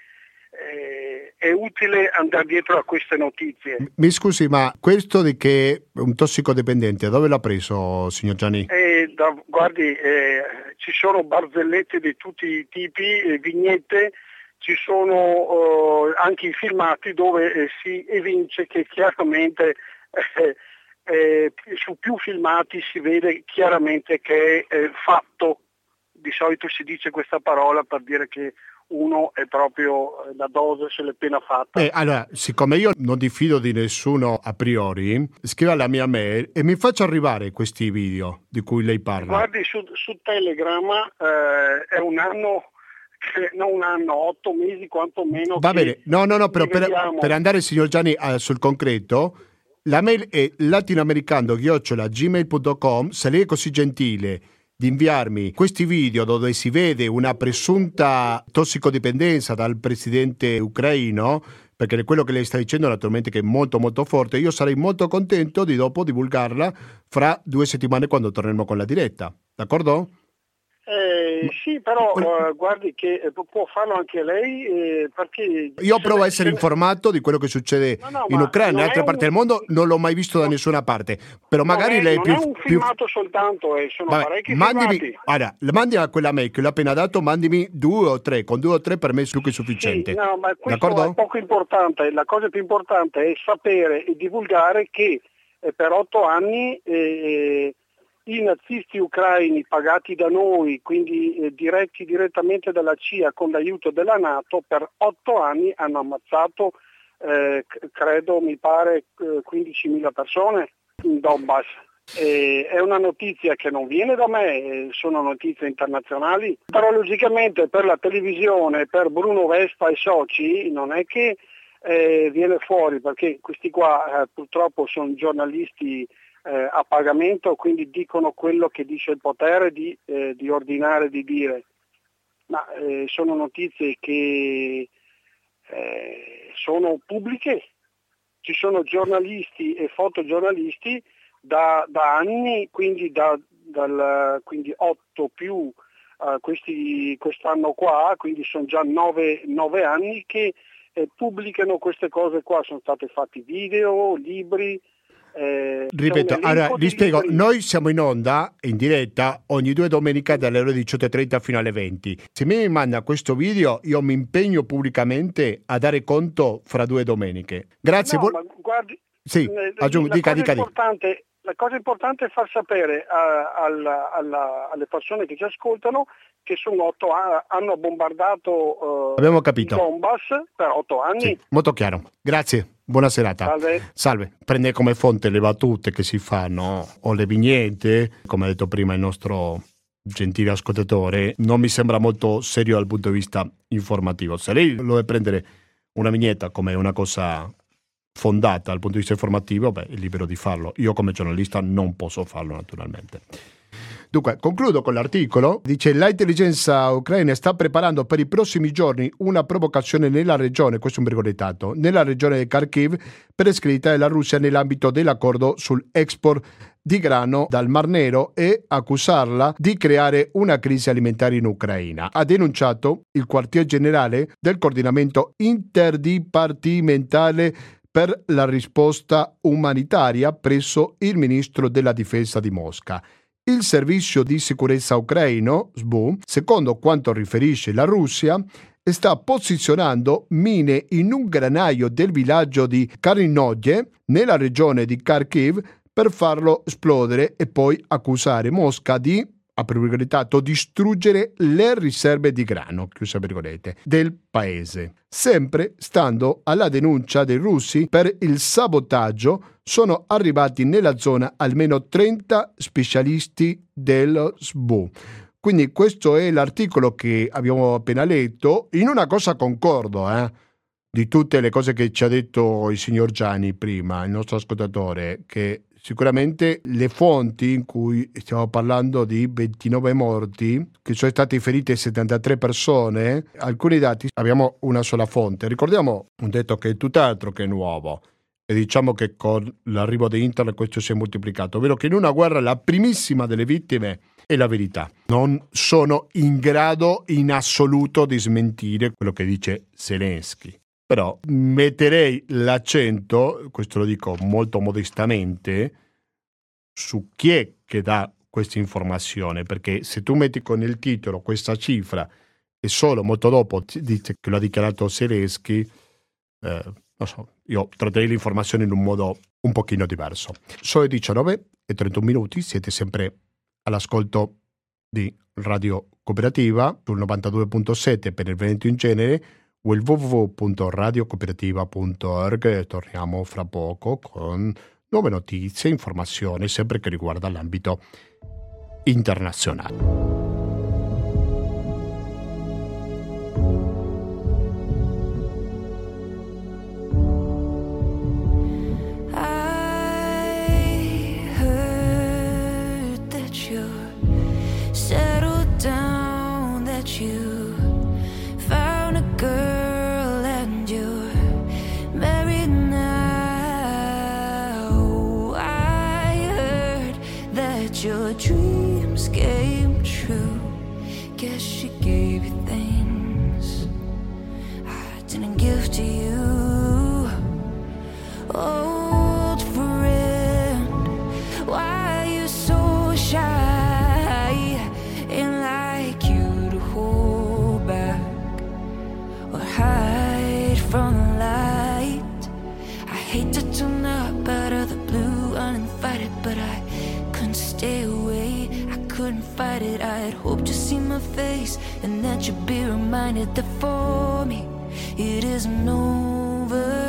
eh, è utile andare dietro a queste notizie.
Mi scusi, ma questo di che è un tossicodipendente, dove l'ha preso, signor Gianni?
E da, guardi, eh, ci sono barzellette di tutti i tipi, eh, vignette, ci sono eh, anche i filmati dove eh, si evince che chiaramente eh, eh, su più filmati si vede chiaramente che è eh, fatto. Di solito si dice questa parola per dire che uno è proprio la dose se l'è appena fatta.
Eh, allora, siccome io non diffido di nessuno a priori, scriva alla mia mail e mi faccia arrivare questi video di cui lei parla.
Guardi, su, su Telegram eh, è un anno, che, non un anno, otto mesi quantomeno.
Va
che
bene, no, no, no, però per,
vediamo.
per andare, signor Gianni, eh, sul concreto, la mail è latinoamericano chiocciola gmail punto com. Se lei è così gentile di inviarmi questi video dove si vede una presunta tossicodipendenza dal presidente ucraino, perché quello che lei sta dicendo naturalmente che è molto molto forte, io sarei molto contento di dopo divulgarla fra due settimane quando torneremo con la diretta, d'accordo?
Eh, sì, però eh, guardi che eh, può farlo anche lei, eh, perché...
Io provo a essere
se ne-
informato di quello che succede
No, no,
in
ma
Ucraina, in
non
altre
è
parti
un-
del mondo non l'ho mai visto da
No.
nessuna parte, però magari
non è,
lei è
non
più...
è un
più...
filmato soltanto, eh, sono
Vabbè,
parecchi
mandimi,
filmati.
guarda, mandi a quella mail che l'ho appena dato, mandimi due o tre, con due o tre per me è più che sufficiente.
Sì, no, ma questo
d'accordo?
è poco importante. La cosa più importante è sapere e divulgare che eh, per otto anni eh, i nazisti ucraini pagati da noi, quindi eh, diretti direttamente dalla C I A con l'aiuto della NATO, per otto anni hanno ammazzato, eh, c- credo, mi pare, eh, quindicimila persone in Donbass. Eh, è una notizia che non viene da me, eh, sono notizie internazionali, però logicamente per la televisione, per Bruno Vespa e soci, non è che eh, viene fuori, perché questi qua eh, purtroppo sono giornalisti eh, a pagamento, quindi dicono quello che dice il potere di, eh, di ordinare, di dire, ma eh, sono notizie che eh, sono pubbliche, ci sono giornalisti e fotogiornalisti da, da anni, quindi da dal, quindi otto più uh, questi, quest'anno qua, quindi sono già nove, nove anni che eh, pubblicano queste cose qua, sono stati fatti video, libri. Eh,
Ripeto,
c'è un
allora
elenco
vi
di
spiego,
libri.
noi siamo in onda, in diretta, ogni due domeniche dalle ore diciotto e trenta fino alle venti. Se mi manda questo video, io mi impegno pubblicamente a dare conto fra due domeniche. Grazie.
No,
buon-
ma guardi,
Sì,
eh,
aggiungo,
la,
dica,
cosa
dica, dica.
importante, la cosa importante è far sapere a- alla- alla- alle persone che ci ascoltano che sono otto a- hanno bombardato eh,
Abbiamo capito.
il Donbass per otto anni.
Sì, molto chiaro. Grazie, buona serata.
Salve.
Salve. Prende come fonte le battute che si fanno o le vignette, come ha detto prima il nostro gentile ascoltatore, non mi sembra molto serio dal punto di vista informativo. Se lei lo deve prendere una vignetta come una cosa fondata dal punto di vista informativo, beh, è libero di farlo. Io come giornalista non posso farlo, naturalmente. Dunque, concludo con l'articolo. Dice: l'intelligenza ucraina sta preparando per i prossimi giorni una provocazione nella regione, questo è un virgolettato, nella regione di Kharkiv per screditare la Russia nell'ambito dell'accordo sull'export di grano dal Mar Nero e accusarla di creare una crisi alimentare in Ucraina. Ha denunciato il quartier generale del coordinamento interdipartimentale per la risposta umanitaria presso il ministro della difesa di Mosca. Il servizio di sicurezza ucraino, S B U, secondo quanto riferisce la Russia, sta posizionando mine in un granaio del villaggio di Karinodje, nella regione di Kharkiv, per farlo esplodere e poi accusare Mosca di, apro virgolettato, distruggere le riserve di grano, chiusa virgolette, del paese. Sempre stando alla denuncia dei russi per il sabotaggio, sono arrivati nella zona almeno trenta specialisti dello S B U. Quindi questo è l'articolo che abbiamo appena letto. In una cosa concordo, eh, di tutte le cose che ci ha detto il signor Gianni prima, il nostro ascoltatore, che sicuramente le fonti in cui stiamo parlando di ventinove morti, che sono state ferite settantatré persone, alcuni dati abbiamo una sola fonte. Ricordiamo un detto che è tutt'altro che nuovo, e diciamo che con l'arrivo di internet questo si è moltiplicato, ovvero che in una guerra la primissima delle vittime è la verità. Non sono in grado in assoluto di smentire quello che dice Zelensky. Però metterei l'accento, questo lo dico molto modestamente, su chi è che dà questa informazione, perché se tu metti con il titolo questa cifra e solo molto dopo ti dice che lo ha dichiarato Zelensky, eh, non so, io tratterei l'informazione in un modo un pochino diverso. Sono le diciannove e trentuno minuti, siete sempre all'ascolto di Radio Cooperativa sul novantadue virgola sette per il Veneto in genere, o il w w w punto radio cooperativa punto org. Torniamo fra poco con nuove notizie e informazioni sempre che riguarda l'ambito internazionale.
Your dreams came true. Guess she gave you things I didn't give to you. Old friend, why are you so shy? Ain't like you to hold back or hide from the light. I hate to turn up out of the blue uninvited, but I couldn't stay away, I couldn't fight it. I had hoped to see my face and that you'd be reminded that for me it isn't over.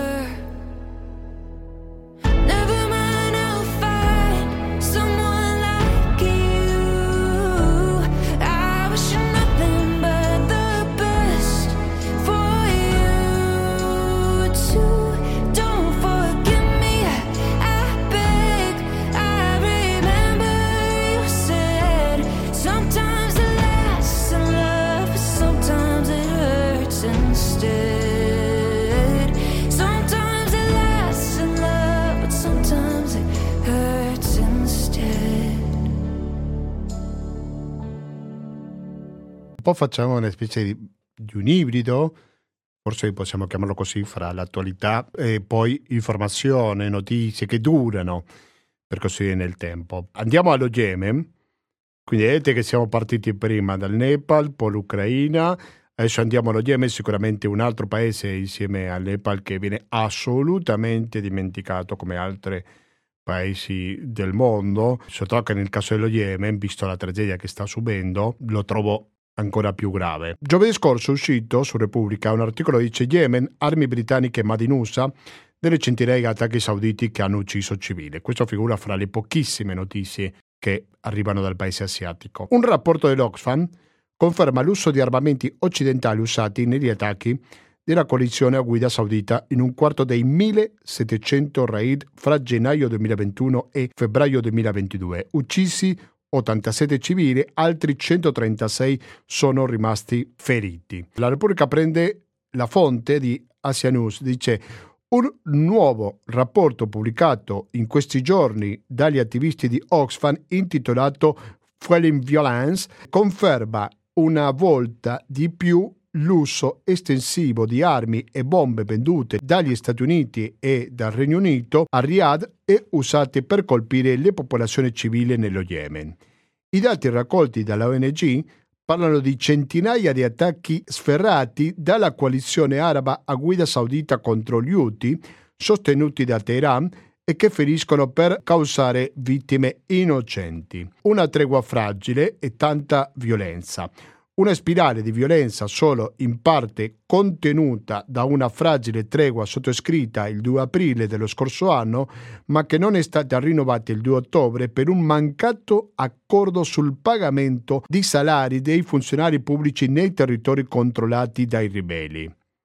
Never mind, I'll find someone like you. I wish you nothing but the best for you too. Don't forget me, I beg. I remember you said sometimes it lasts in love, but sometimes it hurts instead. Sometimes it lasts in love, but sometimes it hurts instead.
Un po' facciamo una specie di, di un ibrido, forse possiamo chiamarlo così, fra l'attualità e poi informazione, notizie che durano, per così dire, nel tempo. Andiamo allo Yemen, quindi vedete che siamo partiti prima dal Nepal, poi l'Ucraina, adesso andiamo allo Yemen, sicuramente un altro paese insieme al Nepal che viene assolutamente dimenticato come altri paesi del mondo, soprattutto che nel caso dello Yemen, visto la tragedia che sta subendo, lo trovo ancora più grave. Giovedì scorso è uscito su Repubblica un articolo che dice: Yemen, armi britanniche made in U S A nelle centinaia di attacchi sauditi che hanno ucciso civili. Questo figura fra le pochissime notizie che arrivano dal paese asiatico. Un rapporto dell'Oxfam conferma l'uso di armamenti occidentali usati negli attacchi della coalizione a guida saudita in un quarto dei millesettecento raid fra gennaio duemilaventuno e febbraio duemilaventidue. Uccisi ottantasette civili, altri centotrentasei sono rimasti feriti. La Repubblica prende la fonte di Asia News, dice: un nuovo rapporto pubblicato in questi giorni dagli attivisti di Oxfam intitolato Fueling Violence conferma una volta di più l'uso estensivo di armi e bombe vendute dagli Stati Uniti e dal Regno Unito a Riyadh e usate per colpire le popolazioni civili nello Yemen. I dati raccolti dalla O N G parlano di centinaia di attacchi sferrati dalla coalizione araba a guida saudita contro gli Houthi, sostenuti da Teheran, e che feriscono per causare vittime innocenti. Una tregua fragile e tanta violenza. Una spirale di violenza solo in parte contenuta da una fragile tregua sottoscritta il due aprile dello scorso anno, ma che non è stata rinnovata il due ottobre per un mancato accordo sul pagamento di salari dei funzionari pubblici nei territori controllati dai ribelli.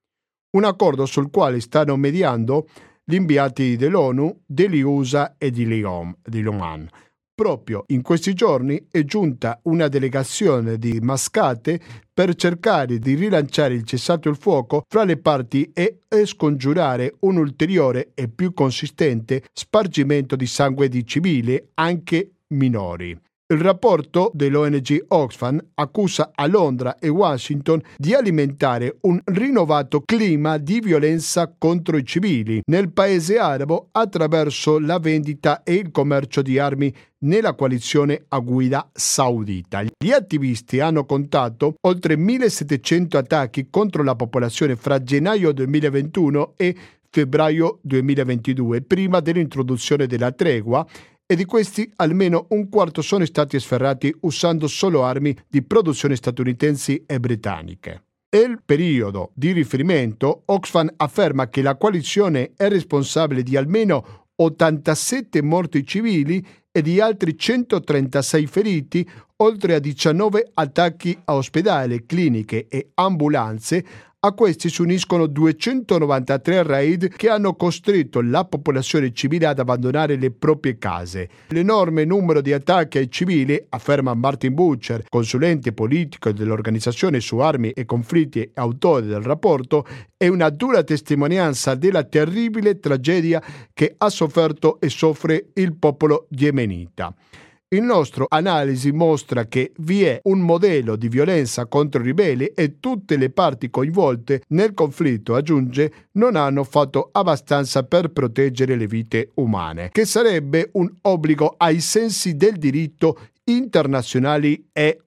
Un accordo sul quale stanno mediando gli inviati dell'ONU, degli U S A e di Oman. Proprio in questi giorni è giunta una delegazione di Mascate per cercare di rilanciare il cessato il fuoco fra le parti e scongiurare un ulteriore e più consistente spargimento di sangue di civili, anche minori. Il rapporto dell'O N G Oxfam accusa a Londra e Washington di alimentare un rinnovato clima di violenza contro i civili nel paese arabo attraverso la vendita e il commercio di armi nella coalizione a guida saudita. Gli attivisti hanno contato oltre millesettecento attacchi contro la popolazione fra gennaio duemilaventuno e febbraio duemilaventidue, prima dell'introduzione della tregua, e di questi almeno un quarto sono stati sferrati usando solo armi di produzione statunitensi e britanniche. Nel periodo di riferimento, Oxfam afferma che la coalizione è responsabile di almeno ottantasette morti civili e di altri centotrentasei feriti, oltre a diciannove attacchi a ospedali, cliniche e ambulanze. A questi si uniscono duecentonovantatré raid che hanno costretto la popolazione civile ad abbandonare le proprie case. L'enorme numero di attacchi ai civili, afferma Martin Butcher, consulente politico dell'organizzazione su armi e conflitti e autore del rapporto, è una dura testimonianza della terribile tragedia che ha sofferto e soffre il popolo yemenita. Il nostro analisi mostra che vi è un modello di violenza contro i ribelli e tutte le parti coinvolte nel conflitto, aggiunge, non hanno fatto abbastanza per proteggere le vite umane, che sarebbe un obbligo ai sensi del diritto internazionale e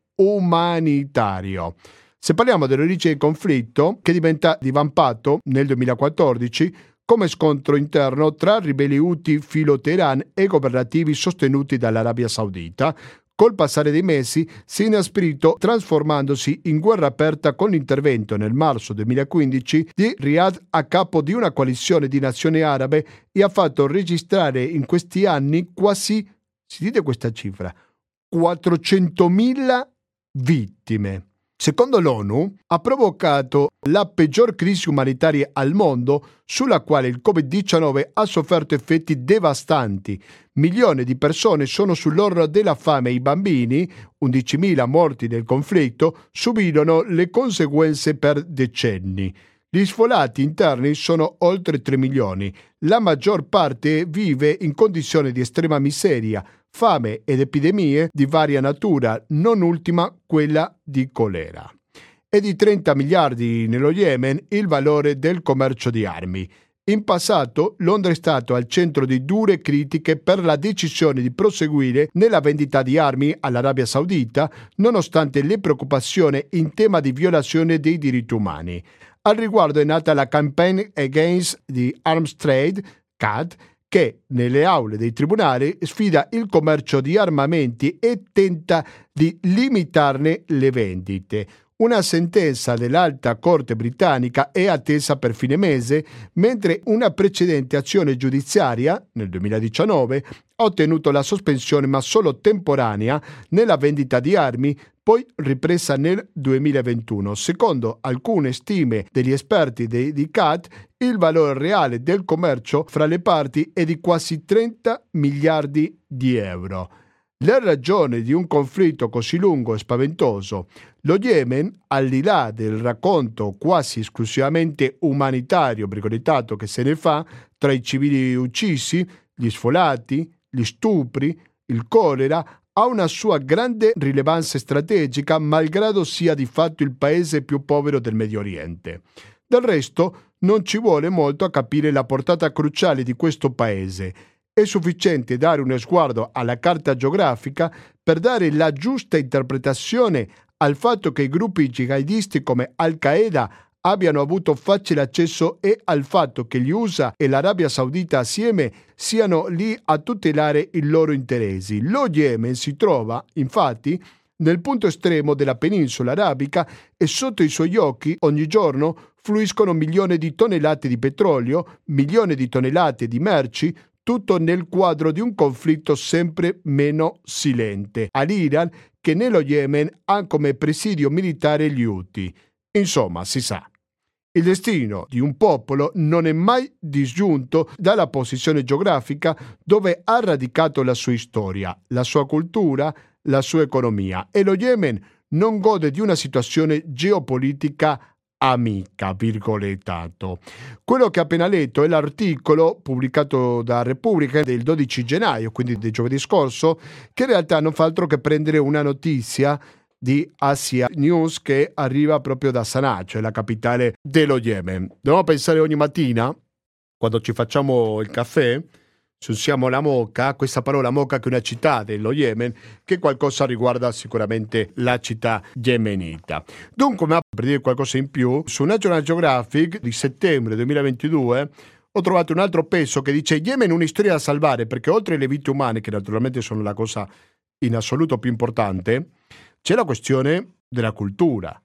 umanitario. Se parliamo dell'origine del conflitto, che diventa divampato nel duemilaquattordici, come scontro interno tra ribelli Houthi filo Teheran e governativi sostenuti dall'Arabia Saudita, col passare dei mesi si è inasprito trasformandosi in guerra aperta con l'intervento nel marzo duemilaquindici di Riyadh a capo di una coalizione di nazioni arabe e ha fatto registrare in questi anni quasi, si dite questa cifra, quattrocentomila vittime. Secondo l'ONU, ha provocato la peggior crisi umanitaria al mondo, sulla quale il covid diciannove ha sofferto effetti devastanti. Milioni di persone sono sull'orlo della fame e i bambini, undicimila morti nel conflitto, subirono le conseguenze per decenni. Gli sfollati interni sono oltre tre milioni. La maggior parte vive in condizioni di estrema miseria, fame ed epidemie di varia natura, non ultima quella di colera. È di trenta miliardi nello Yemen il valore del commercio di armi. In passato Londra è stato al centro di dure critiche per la decisione di proseguire nella vendita di armi all'Arabia Saudita, nonostante le preoccupazioni in tema di violazione dei diritti umani. Al riguardo è nata la Campaign Against the Arms Trade, C A D, che nelle aule dei tribunali sfida il commercio di armamenti e tenta di limitarne le vendite. Una sentenza dell'Alta Corte britannica è attesa per fine mese, mentre una precedente azione giudiziaria, nel duemiladiciannove, ha ottenuto la sospensione ma solo temporanea nella vendita di armi, poi ripresa nel duemilaventuno. Secondo alcune stime degli esperti di, di C A D, il valore reale del commercio fra le parti è di quasi trenta miliardi di euro. La ragione di un conflitto così lungo e spaventoso. Lo Yemen, al di là del racconto quasi esclusivamente umanitario brigolettato che se ne fa tra i civili uccisi, gli sfolati, gli stupri, il colera, ha una sua grande rilevanza strategica, malgrado sia di fatto il paese più povero del Medio Oriente. Del resto, non ci vuole molto a capire la portata cruciale di questo paese. È sufficiente dare uno sguardo alla carta geografica per dare la giusta interpretazione al fatto che i gruppi jihadisti come Al-Qaeda abbiano avuto facile accesso e al fatto che gli U S A e l'Arabia Saudita assieme siano lì a tutelare i loro interessi. Lo Yemen si trova, infatti, nel punto estremo della penisola arabica e sotto i suoi occhi ogni giorno fluiscono milioni di tonnellate di petrolio, milioni di tonnellate di merci, tutto nel quadro di un conflitto sempre meno silente all'Iran, che nello Yemen ha come presidio militare gli Houthi. Insomma, si sa. Il destino di un popolo non è mai disgiunto dalla posizione geografica dove ha radicato la sua storia, la sua cultura, la sua economia, e lo Yemen non gode di una situazione geopolitica amica, virgolettato. Quello che ho appena letto è l'articolo pubblicato da Repubblica del dodici gennaio, quindi del giovedì scorso, che in realtà non fa altro che prendere una notizia di Asia News che arriva proprio da Sana'a, cioè la capitale dello Yemen. Dobbiamo pensare ogni mattina, quando ci facciamo il caffè, se usiamo la mocha, questa parola mocha che è una città dello Yemen, che qualcosa riguarda sicuramente la città yemenita. Dunque, per dire qualcosa in più, su National Geographic di settembre duemilaventidue ho trovato un altro pezzo che dice Yemen una storia da salvare, perché oltre alle vite umane, che naturalmente sono la cosa in assoluto più importante, c'è la questione della cultura,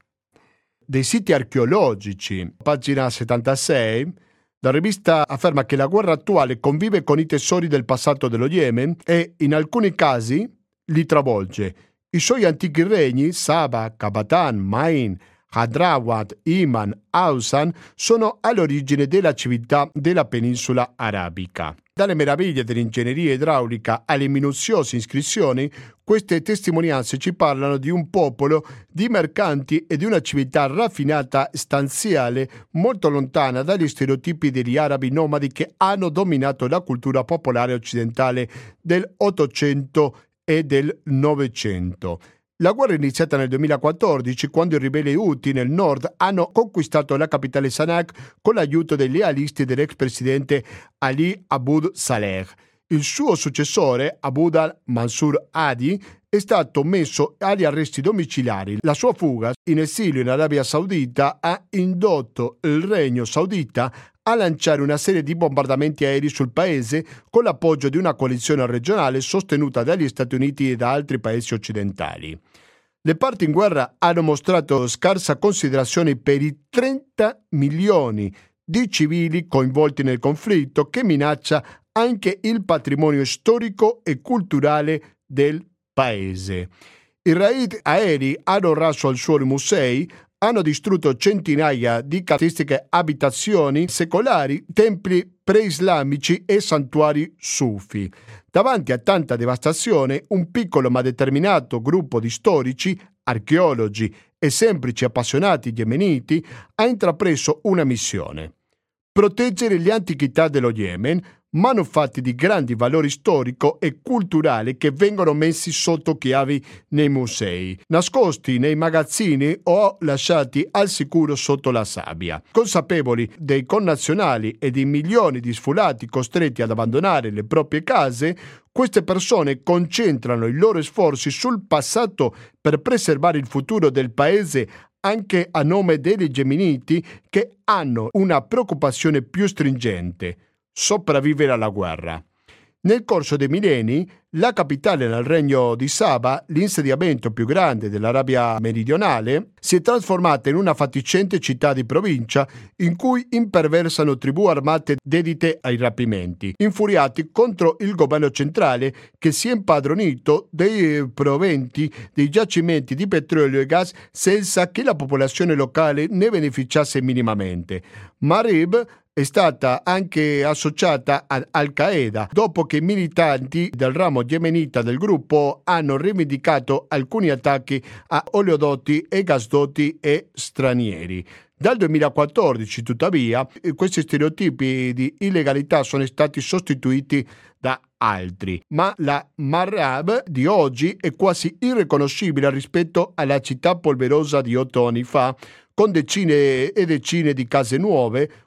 dei siti archeologici. Pagina settantasei, la rivista afferma che la guerra attuale convive con i tesori del passato dello Yemen e, in alcuni casi, li travolge. I suoi antichi regni, Saba, Kabatan, Main, Hadrawat, Iman, Ausan, sono all'origine della civiltà della penisola arabica. Dalle meraviglie dell'ingegneria idraulica alle minuziose iscrizioni, queste testimonianze ci parlano di un popolo di mercanti e di una civiltà raffinata e stanziale molto lontana dagli stereotipi degli arabi nomadi che hanno dominato la cultura popolare occidentale del Ottocento e del Novecento. La guerra è iniziata nel duemilaquattordici, quando i ribelli Houthi nel nord hanno conquistato la capitale Sana'a con l'aiuto dei lealisti dell'ex presidente Ali Abd Saleh. Il suo successore, Abd al-Mansur Hadi, è stato messo agli arresti domiciliari. La sua fuga in esilio in Arabia Saudita ha indotto il regno saudita a lanciare una serie di bombardamenti aerei sul paese con l'appoggio di una coalizione regionale sostenuta dagli Stati Uniti e da altri paesi occidentali. Le parti in guerra hanno mostrato scarsa considerazione per i trenta milioni di civili coinvolti nel conflitto, che minaccia anche il patrimonio storico e culturale del paese. I raid aerei hanno raso al suolo musei, hanno distrutto centinaia di caratteristiche abitazioni secolari, templi preislamici e santuari sufi. Davanti a tanta devastazione, un piccolo ma determinato gruppo di storici, archeologi e semplici appassionati yemeniti ha intrapreso una missione: proteggere le antichità dello Yemen, manufatti di grandi valori storico e culturale che vengono messi sotto chiavi nei musei, nascosti nei magazzini o lasciati al sicuro sotto la sabbia. Consapevoli dei connazionali e dei milioni di sfollati costretti ad abbandonare le proprie case, queste persone concentrano i loro sforzi sul passato per preservare il futuro del paese, anche a nome degli yemeniti che hanno una preoccupazione più stringente: sopravvivere alla guerra. Nel corso dei millenni, la capitale nel regno di Saba, l'insediamento più grande dell'Arabia meridionale, si è trasformata in una fatiscente città di provincia in cui imperversano tribù armate dedite ai rapimenti, infuriati contro il governo centrale che si è impadronito dei proventi dei giacimenti di petrolio e gas senza che la popolazione locale ne beneficiasse minimamente. Marib è stata anche associata ad Al-Qaeda dopo che i militanti del ramo yemenita del gruppo hanno rivendicato alcuni attacchi a oleodotti e gasdotti e stranieri. Dal duemilaquattordici, tuttavia, questi stereotipi di illegalità sono stati sostituiti da altri, ma la Marib di oggi è quasi irriconoscibile rispetto alla città polverosa di otto anni fa, con decine e decine di case nuove,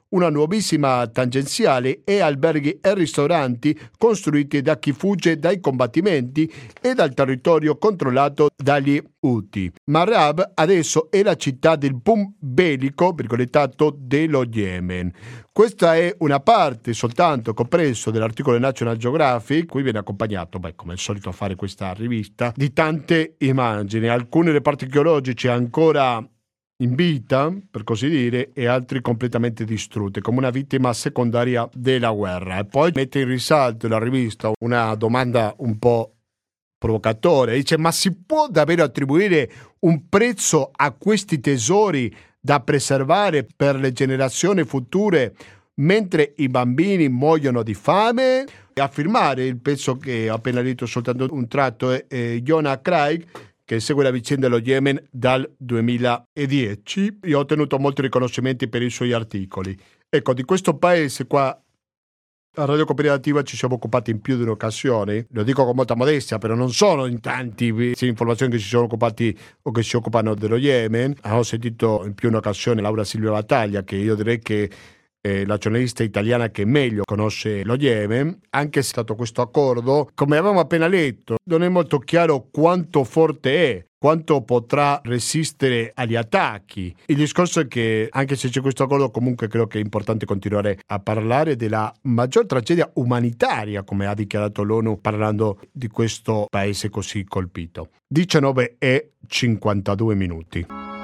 una nuovissima tangenziale e alberghi e ristoranti costruiti da chi fugge dai combattimenti e dal territorio controllato dagli Houthi. Marab adesso è la città del boom bellico, virgolettato, dello Yemen. Questa è una parte soltanto compreso dell'articolo National Geographic, qui viene accompagnato, beh, come al solito a fare questa rivista, di tante immagini, alcune reparti archeologici ancora in vita, per così dire, e altri completamente distrutti, come una vittima secondaria della guerra. E poi mette in risalto la rivista una domanda un po' provocatoria, dice: ma si può davvero attribuire un prezzo a questi tesori da preservare per le generazioni future mentre i bambini muoiono di fame? E a firmare il pezzo che ho appena letto soltanto un tratto è eh, Jonah Craig, che segue la vicenda dello Yemen dal duemiladieci e ha ottenuto molti riconoscimenti per i suoi articoli. Ecco, di questo paese qua a Radio Cooperativa ci siamo occupati in più di un'occasione, lo dico con molta modestia, però non sono in tanti informazioni che si sono occupati o che si occupano dello Yemen. Ho sentito in più un'occasione Laura Silvia Battaglia, che io direi che è la giornalista italiana che meglio conosce lo Yemen. Anche se è stato questo accordo, come avevamo appena letto, non è molto chiaro quanto forte è, quanto potrà resistere agli attacchi. Il discorso è che anche se c'è questo accordo, comunque credo che è importante continuare a parlare della maggior tragedia umanitaria, come ha dichiarato l'ONU parlando di questo paese così colpito. diciannove e cinquantadue minuti.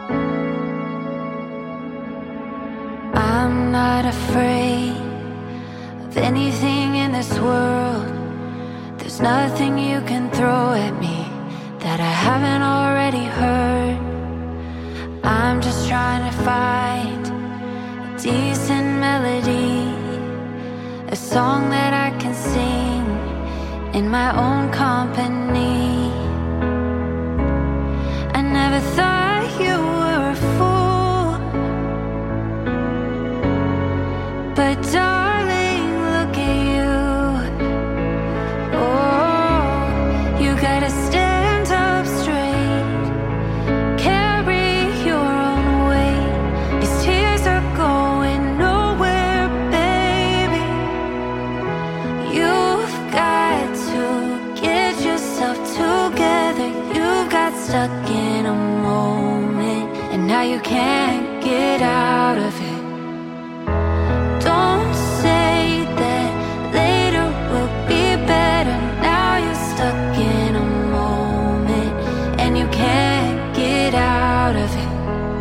I'm not afraid of anything in this world. There's nothing you can throw at me that I haven't already heard. I'm just trying to find a decent melody, a song that I can sing in my own company. I never thought you were a fool, but darling, look at you. Oh, you gotta stand up straight, carry your own weight. These tears are going nowhere, baby. You've got to get yourself together. You got stuck in a moment, and now you can't get out of it. Don't say that later will be better. Now you're stuck in a moment, and you can't get out of it.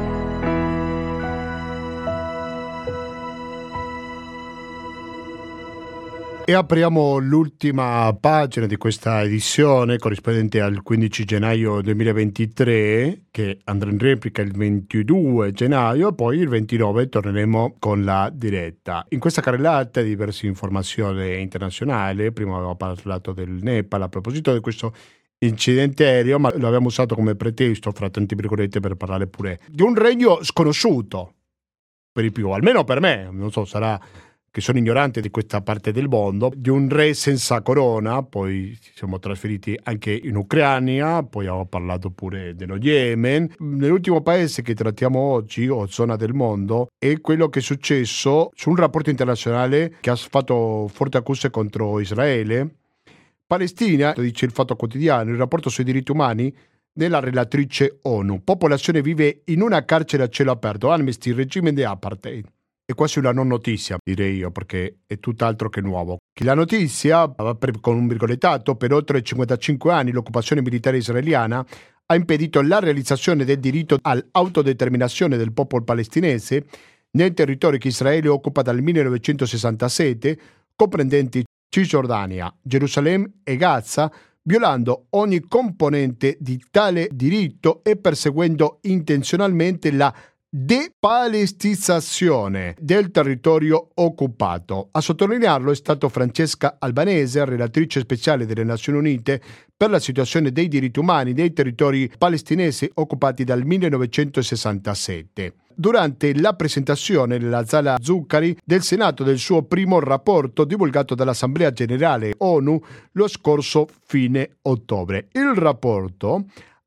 E apriamo l'ultima pagina di questa edizione corrispondente al quindici gennaio duemilaventitré, che andrà in replica il ventidue gennaio, e poi il ventinove torneremo con la diretta. In questa carrellata di diverse informazioni internazionali, prima avevo parlato del Nepal a proposito di questo incidente aereo, ma lo abbiamo usato come pretesto, fra tanti virgolette, per parlare pure di un regno sconosciuto per i più, almeno per me, non so, sarà che sono ignorante di questa parte del mondo, di un re senza corona. Poi ci siamo trasferiti anche in Ucraina, poi ho parlato pure dello Yemen. Nell'ultimo paese che trattiamo oggi, o zona del mondo, è quello che è successo su un rapporto internazionale che ha fatto forti accuse contro Israele. Palestina, dice il Fatto Quotidiano, il rapporto sui diritti umani della relatrice ONU. Popolazione vive in una carcere a cielo aperto, Amnesty, il regime di apartheid. È quasi una non notizia, direi io, perché è tutt'altro che nuovo. La notizia, con un virgolettato, per oltre cinquantacinque anni l'occupazione militare israeliana ha impedito la realizzazione del diritto all'autodeterminazione del popolo palestinese nei territori che Israele occupa dal millenovecentosessantasette, comprendenti Cisgiordania, Gerusalemme e Gaza, violando ogni componente di tale diritto e perseguendo intenzionalmente la depalestinizzazione del territorio occupato. A sottolinearlo è stato Francesca Albanese, relatrice speciale delle Nazioni Unite per la situazione dei diritti umani nei territori palestinesi occupati dal millenovecentosessantasette. Durante la presentazione nella Sala Zuccari del Senato del suo primo rapporto divulgato dall'Assemblea Generale ONU lo scorso fine ottobre. Il rapporto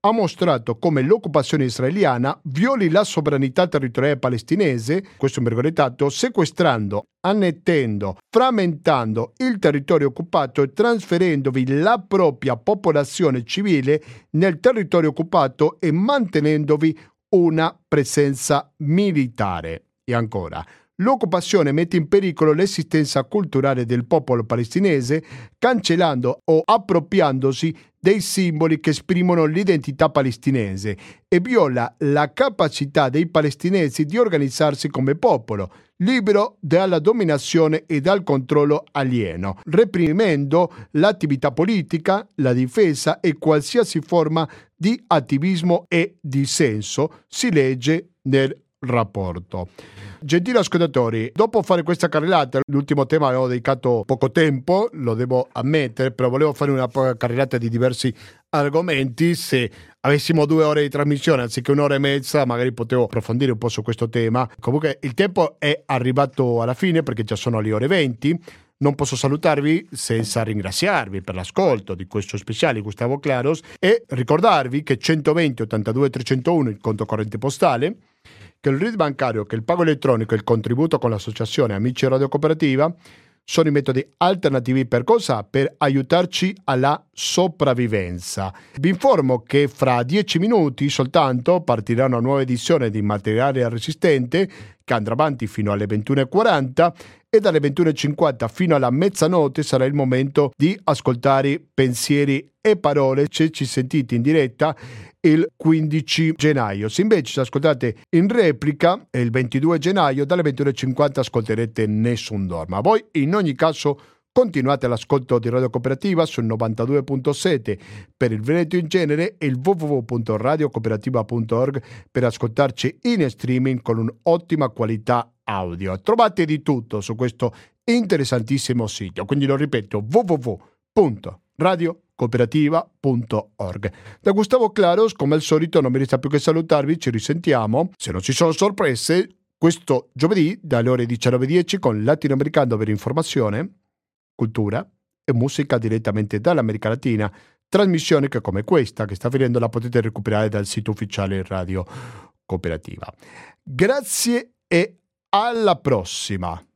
ha mostrato come l'occupazione israeliana violi la sovranità territoriale palestinese, questo virgolettato, sequestrando, annettendo, frammentando il territorio occupato e trasferendovi la propria popolazione civile nel territorio occupato e mantenendovi una presenza militare. E ancora, l'occupazione mette in pericolo l'esistenza culturale del popolo palestinese, cancellando o appropriandosi dei simboli che esprimono l'identità palestinese e viola la capacità dei palestinesi di organizzarsi come popolo, libero dalla dominazione e dal controllo alieno, reprimendo l'attività politica, la difesa e qualsiasi forma di attivismo e dissenso, si legge nel rapporto. Gentili ascoltatori, dopo fare questa carrellata, l'ultimo tema avevo dedicato poco tempo, lo devo ammettere, però volevo fare una carrellata di diversi argomenti. Se avessimo due ore di trasmissione anziché un'ora e mezza, magari potevo approfondire un po' su questo tema. Comunque il tempo è arrivato alla fine perché già sono le ore venti. Non posso salutarvi senza ringraziarvi per l'ascolto di questo speciale Gustavo Claros e ricordarvi che centoventi ottantadue trecentouno il conto corrente postale, che il R I D bancario, che il pago elettronico e il contributo con l'associazione Amici Radio Cooperativa sono i metodi alternativi per cosa? Per aiutarci alla sopravvivenza. Vi informo che fra dieci minuti soltanto partirà una nuova edizione di Materiale Resistente che andrà avanti fino alle ventuno e quaranta e dalle ventuno e cinquanta fino alla mezzanotte sarà il momento di ascoltare pensieri e parole se ci sentite in diretta il quindici gennaio. Se invece ci ascoltate in replica il ventidue gennaio dalle ventuno e cinquanta ascolterete Nessun Dorma. Voi in ogni caso continuate l'ascolto di Radio Cooperativa sul novantadue virgola sette per il Veneto in genere e il w w w punto radio cooperativa punto org per ascoltarci in streaming con un'ottima qualità audio. Trovate di tutto su questo interessantissimo sito, quindi lo ripeto, w w w punto radio cooperativa punto org. Da Gustavo Claros, come al solito, non mi resta più che salutarvi, ci risentiamo, se non ci sono sorprese, questo giovedì dalle ore diciannove e dieci con Latinoamericano per informazione, cultura e musica direttamente dall'America Latina, trasmissione che come questa che sta finendo la potete recuperare dal sito ufficiale Radio Cooperativa. Grazie e alla prossima!